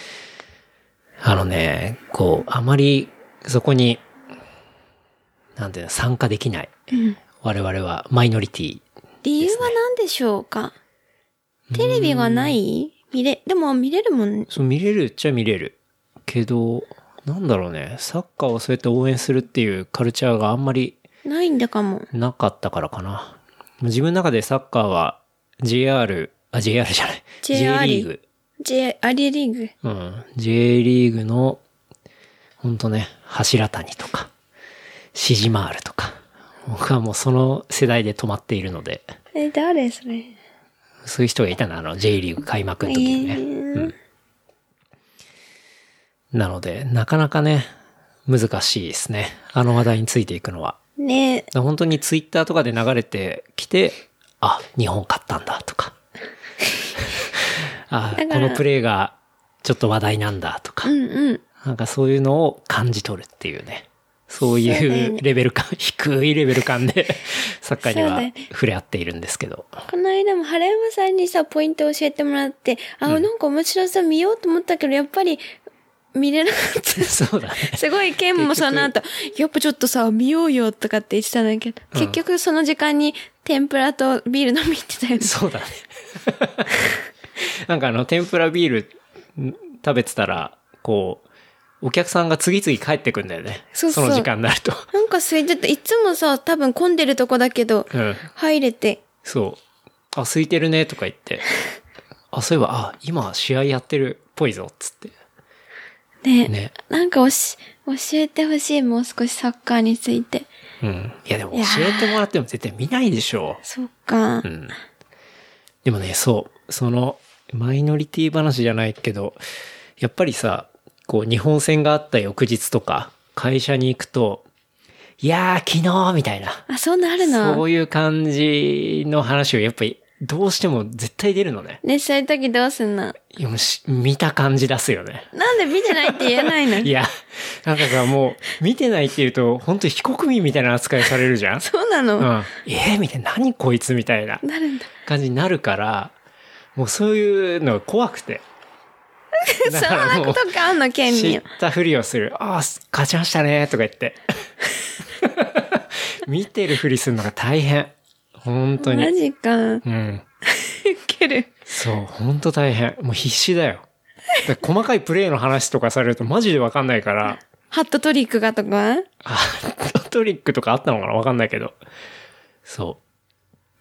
こう、あまりそこに、なんていうの、参加できない。我々はマイノリティ。 理由は何でしょうか？テレビがないでも見れるもんね。 そう、見れるっちゃ見れる。けど、なんだろうね。サッカーをそうやって応援するっていうカルチャーがあんまりないんだかも。 なかったからかな。自分の中でサッカーは JR じゃない。J リーグ。 アリリーグ。 うん。J リーグの、ほんとね、柱谷とか、シジマールとか。僕はもうその世代で止まっているので。 誰それ？ そういう人がいたの、J リーグ開幕の時にね。うん。なので、なかなかね、難しいですね。あの話題についていくのは。 ねえ。 本当にツイッターとかで流れてきて、あ、日本勝ったんだとか。あ、このプレーがちょっと話題なんだとか。なんかそういうのを感じ取るっていうね。そういうレベル感、低いレベル感でサッカーには触れ合っているんですけど。 この間も原山さんにさ、ポイント教えてもらって、なんか面白さ見ようと思ったけど、やっぱり見れなかった。 そうだね。 すごいケンもその後、やっぱちょっとさ、見ようよとかって言ってたんだけど、結局その時間に天ぷらとビール飲み行ってたよね。 そうだね。なんか天ぷらビール食べてたら、こう、お客さんが次々帰ってくんだよね。その時間になると。 なんか空いてた。いつもさ、多分混んでるとこだけど、入れて。 そう。あ、空いてるねとか言って。あ、そういえば、今試合やってるっぽいぞ、つって。 ね。なんか教えてほしい、もう少しサッカーについて。 うん。いやでも教えてもらっても絶対見ないでしょう。 そっか。 うん。でもね、その、マイノリティ話じゃないけど、やっぱりさ、こう、日本戦があった翌日とか、会社に行くと、いやー、昨日みたいな。 あ、そんなあるの？ そういう感じの話をやっぱり、どうしても絶対出るのね。 ね、そういう時どうすんの？ 見た感じ出すよね。 なんで見てないって言えないの？ いや、なんかさ、もう、見てないって言うと、本当に非国民みたいな扱いされるじゃん。 そうなの？ うん。みたいな、何こいつみたいな感じになるから、もうそういうのが怖くて。 そんなことかあんの、ケンに。 知ったふりをする。勝ちましたね、とか言って。見てるふりするのが大変。本当に。 マジか。うん。 ウケる。 そう、本当大変。もう必死だよ。細かいプレーの話とかされるとマジでわかんないから。 ハットトリックがとか？ ハットトリックとかあったのかなわかんないけど。そう。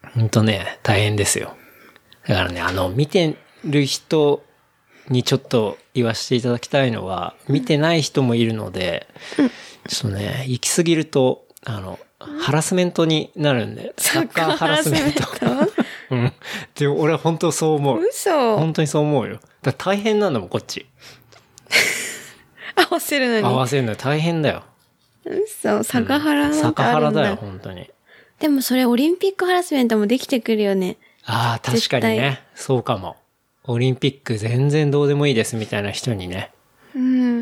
本当ね、大変ですよ。だからね、見てる人にちょっと言わせていただきたいのは、見てない人もいるので、ちょっとね、行き過ぎると、ハラスメントになるんで、サッカーハラスメント。うん。で、俺は本当そう思う。 嘘。 本当にそう思うよ。だから大変なんだもん、こっち。 合わせるのに。 合わせるの大変だよ。 嘘、サカハラなんかあるんだ。 サカハラだよ、本当に。 でもそれオリンピックハラスメントもできてくるよね。 ああ、確かにね。そうかも。オリンピック全然どうでもいいですみたいな人にね。 うん。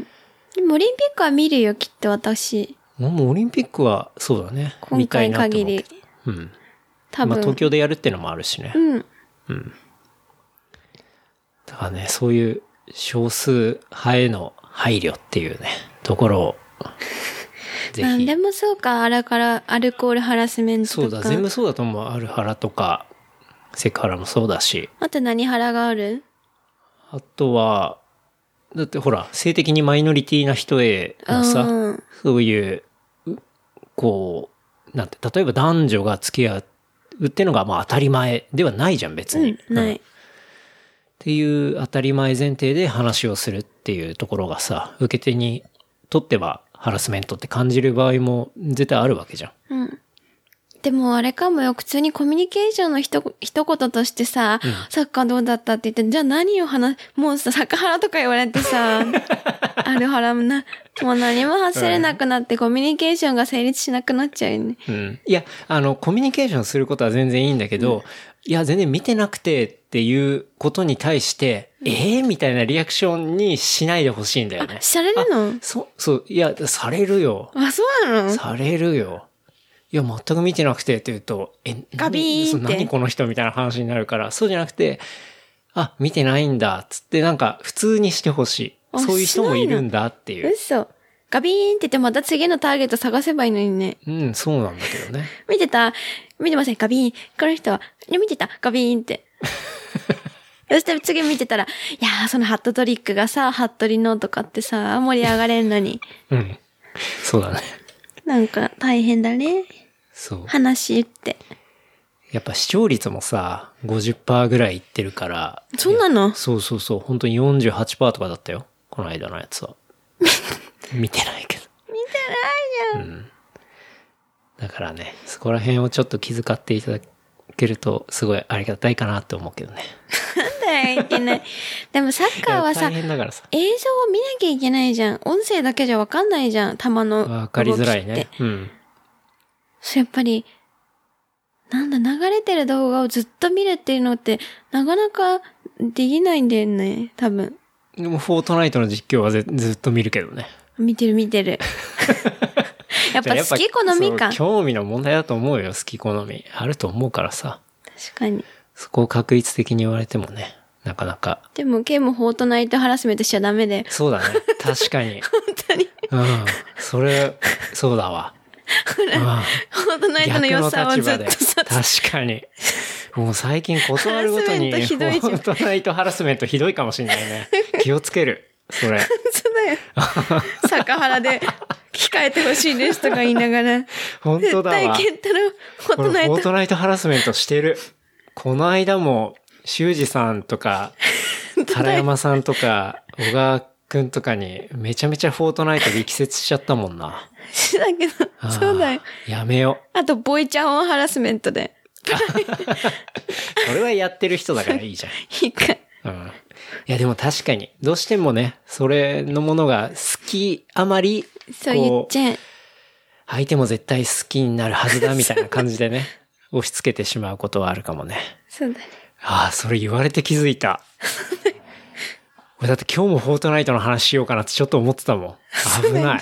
でもオリンピックは見るよ、きっと私。 もうオリンピックはそうだね。 今回限り。 うん。 多分。 東京でやるってのもあるしね。 うん。 うん。だからね、そういう少数派への配慮っていうね、ところを、ぜひ。 なんでもそうか、アルコールハラスメントとか。 そうだ、全部そうだと思う。アルハラとか、セクハラもそうだし。 あと何ハラがある？ あとは、だってほら、性的にマイノリティな人へのさ、そういう、こう、なんて、例えば男女が付き合うっていうのがまあ当たり前ではないじゃん、別に。 ない。 っていう当たり前前提で話をするっていうところがさ、受け手にとってはハラスメントって感じる場合も絶対あるわけじゃん。 うん。でもあれかもよ、普通にコミュニケーションの一言としてさ、サッカーどうだったって言って、じゃあ何をもうさ、サッカーハラとか言われてさ、アルハラももう何も発せれなくなって、コミュニケーションが成立しなくなっちゃうよね。 うん。いや、コミュニケーションすることは全然いいんだけど、いや、全然見てなくてっていうことに対して、みたいなリアクションにしないでほしいんだよね。 されるの？ そう、いや、されるよ。 あ、そうなの？ されるよ。いや、全く見てなくてって言うと、 ガビーンって。 何この人みたいな話になるから、そうじゃなくて、見てないんだ、つってなんか普通にしてほしい。そういう人もいるんだっていう。 嘘。ガビーンって言ってまた次のターゲット探せばいいのにね。 うん、そうなんだけどね。 見てません、ガビーン。この人は、見てた、ガビーンって。 そして次見てたら、いやーそのハットトリックがさ、ハットリのとかってさ、盛り上がれんのに。 うん。そうだね。 なんか大変だね。 そう。 話って。 やっぱ視聴率もさ、50% ぐらいいってるから。 そうなの？ そうそうそう。本当に 48% とかだったよ。この間のやつは。見てないけど。 見てないじゃん。 うん。だからね、そこら辺をちょっと気遣っていただけると、すごいありがたいかなって思うけどね。 なんだよ、いけない。でもサッカーはさ、 大変だからさ、 映像を見なきゃいけないじゃん。音声だけじゃわかんないじゃん。球の動きって。 わかりづらいね。うん。 やっぱり、なんだ、流れてる動画をずっと見るっていうのって、なかなかできないんだよね、多分。 でも、フォートナイトの実況はずっと見るけどね。 見てる。やっぱ好き好みか。 興味の問題だと思うよ、好き好み。あると思うからさ。 確かに。 そこを確率的に言われてもね、なかなか。 でも、ケイもフォートナイトハラスメントしちゃダメで。 そうだね。確かに。 本当に。 うん。それ、そうだわ。 ほら、フォートナイトの良さをずっとさ。 確かに。もう最近断るごとに、フォートナイトハラスメントひどいかもしれないね。気をつける。それ。 そうだよ。坂原で控えてほしいですとか言いながら。 本当だわ。 絶対ケンタロウ、フォートナイトハラスメントしてる。この間も、修二さんとか、原山さんとか、小川くんとかに、めちゃめちゃフォートナイト力説しちゃったもんな。 だけど、そうだよ。 やめよ。 あと、ボイちゃんをハラスメントで。 それはやってる人だからいいじゃん。 いいか。 うん。いやでも確かに、どうしてもね、それのものが好きあまり、 そう言っちゃう。 相手も絶対好きになるはずだみたいな感じでね、押し付けてしまうことはあるかもね。 そうだね。 ああ、それ言われて気づいた。俺だって今日もフォートナイトの話しようかなってちょっと思ってたもん。危ない。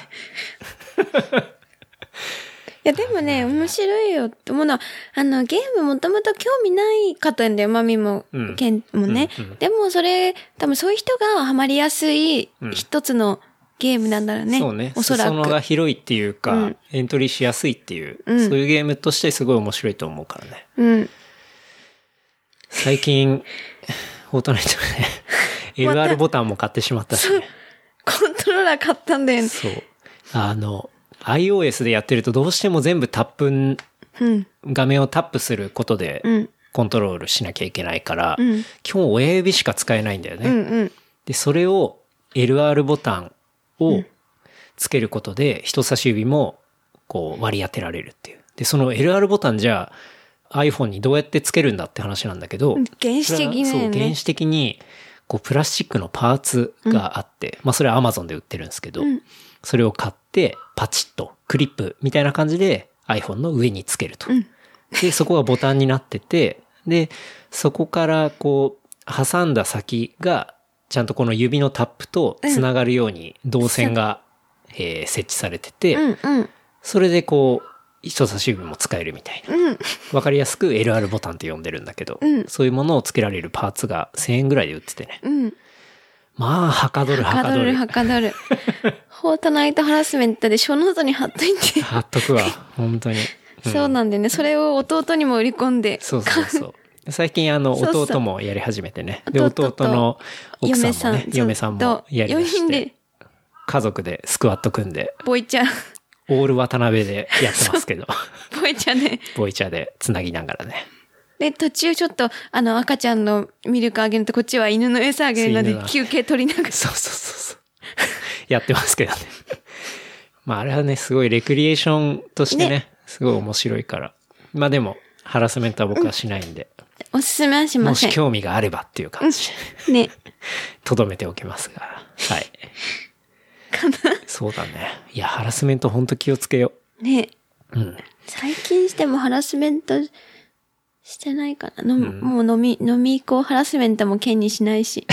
いやでもね、面白いよって思うのは、ゲームもともと興味ないかったんだよ、マミも、ケンもね。でもそれ、多分そういう人がハマりやすい一つのゲームなんだろうね。 そうね。 おそらく。 裾野が広いっていうか、エントリーしやすいっていう、そういうゲームとしてすごい面白いと思うからね。 うん。 最近、フォートナイトね、LR ボタンも買ってしまったし、ね。 コントローラー買ったんだよね。 そう。iOS でやってるとどうしても全部タップ、画面をタップすることでコントロールしなきゃいけないから、基本親指しか使えないんだよね。で、それを LR ボタンをつけることで人差し指もこう割り当てられるっていう。で、その LR ボタンじゃあ iPhone にどうやってつけるんだって話なんだけど、 原始的ね。 そう、原始的にこうプラスチックのパーツがあって、まあそれは Amazon で売ってるんですけど、それを買ってパチッとクリップみたいな感じで iPhone の上につけると。で、そこがボタンになってて、で、そこからこう挟んだ先がちゃんとこの指のタップとつながるように導線が、設置されてて、それでこう人差し指も使えるみたいな。わかりやすく LR ボタンって呼んでるんだけど、そういうものをつけられるパーツが1000円ぐらいで売っててね。まあ、はかどる。 はかどる。フォートナイトハラスメントでショーノートに貼っといて。 貼っとくわ、本当に。 そうなんだよね。それを弟にも売り込んで。 そう。最近弟もやり始めてね。で、弟の奥さんもね、嫁さんもやりだして。家族でスクワット組んで。 ボイチャ。 オール渡辺でやってますけど。 ボイチャで。 ボイチャで繋ぎながらね。 で、途中ちょっと、赤ちゃんのミルクあげると、こっちは犬の餌あげるので、休憩取りながら。 そう。やってますけどね。まあ、あれはね、すごいレクリエーションとしてね、すごい面白いから。まあでも、ハラスメントは僕はしないんで。 おすすめはしません。 もし興味があればっていう感じで。ね。とどめておきますが。はい。 かな。 そうだね。いや、ハラスメントほんと気をつけよう。ね。最近してもハラスメントしてないかな。もう飲み以降ハラスメントも兼にしないし。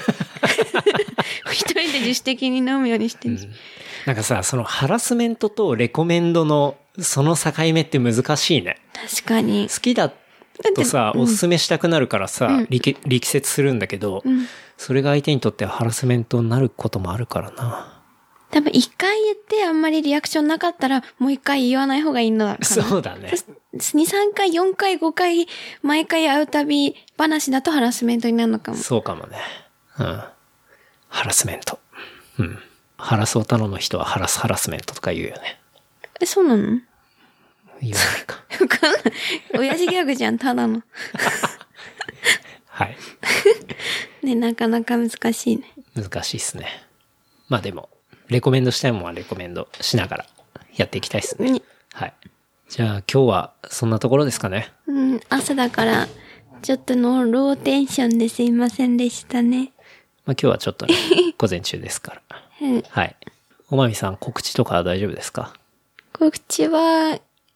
一人で自主的に飲むようにしてるし。 なんかさ、そのハラスメントとレコメンドのその境目って難しいね。 確かに。 好きだとさ、おすすめしたくなるからさ、力説するんだけど、それが相手にとってはハラスメントになることもあるからな。 多分一回言ってあんまりリアクションなかったら、もう一回言わない方がいいのかな。 そうだね。 2、3回、4回、5回、毎回会うたび話だとハラスメントになるのかも。 そうかもね。うん。ハラスメント。うん。ハラスオタの人はハラスメントとか言うよね。 そうなの？ 言わないか。 わかんない。親父ギャグじゃん、ただの。 はい。 ね、なかなか難しいね。 難しいっすね。まあでも、レコメンドしたいもんはレコメンドしながらやっていきたいですね。はい。じゃあ今日はそんなところですかね。 うん、朝だから、ちょっとのローテンションですいませんでしたね。 まあ今日はちょっとね、午前中ですから。 うん、 はい。おまみさん、告知とかは大丈夫ですか？ 告知は、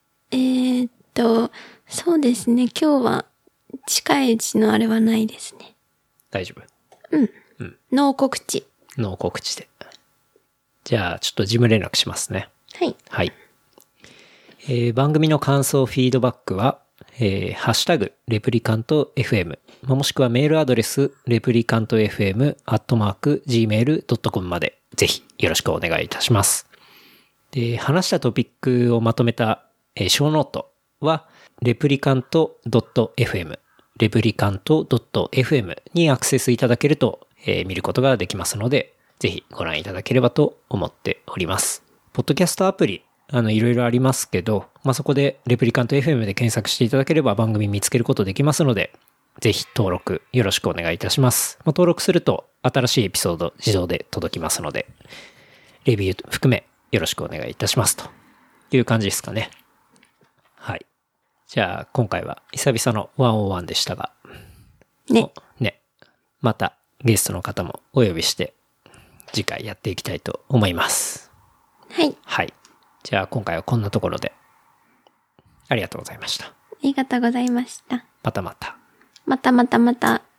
そうですね、今日は近いうちのあれはないですね。 大丈夫？ ノー告知。 ノー告知で。じゃあ、ちょっと事務連絡しますね。 はい。 はい。番組の感想、フィードバックは、ハッシュタグ、レプリカント FM、もしくはメールアドレス、レプリカント FM@gmail.com まで、ぜひよろしくお願いいたします。で、話したトピックをまとめた、ショーノートは、レプリカント .fm、レプリカント .fm にアクセスいただけると、見ることができますので、ぜひご覧いただければと思っております。ポッドキャストアプリ、いろいろありますけど、そこでレプリカント FM で検索していただければ番組見つけることできますので、ぜひ登録よろしくお願いいたします。登録すると新しいエピソード自動で届きますので、レビュー含めよろしくお願いいたしますという感じですかね。はい。じゃあ今回は久々の101でしたが、 ね。 またゲストの方もお呼びして次回やっていきたいと思います。 はい。 はい。じゃあ今回はこんなところでありがとうございました。 ありがとうございました。 またまた。 またまたまた。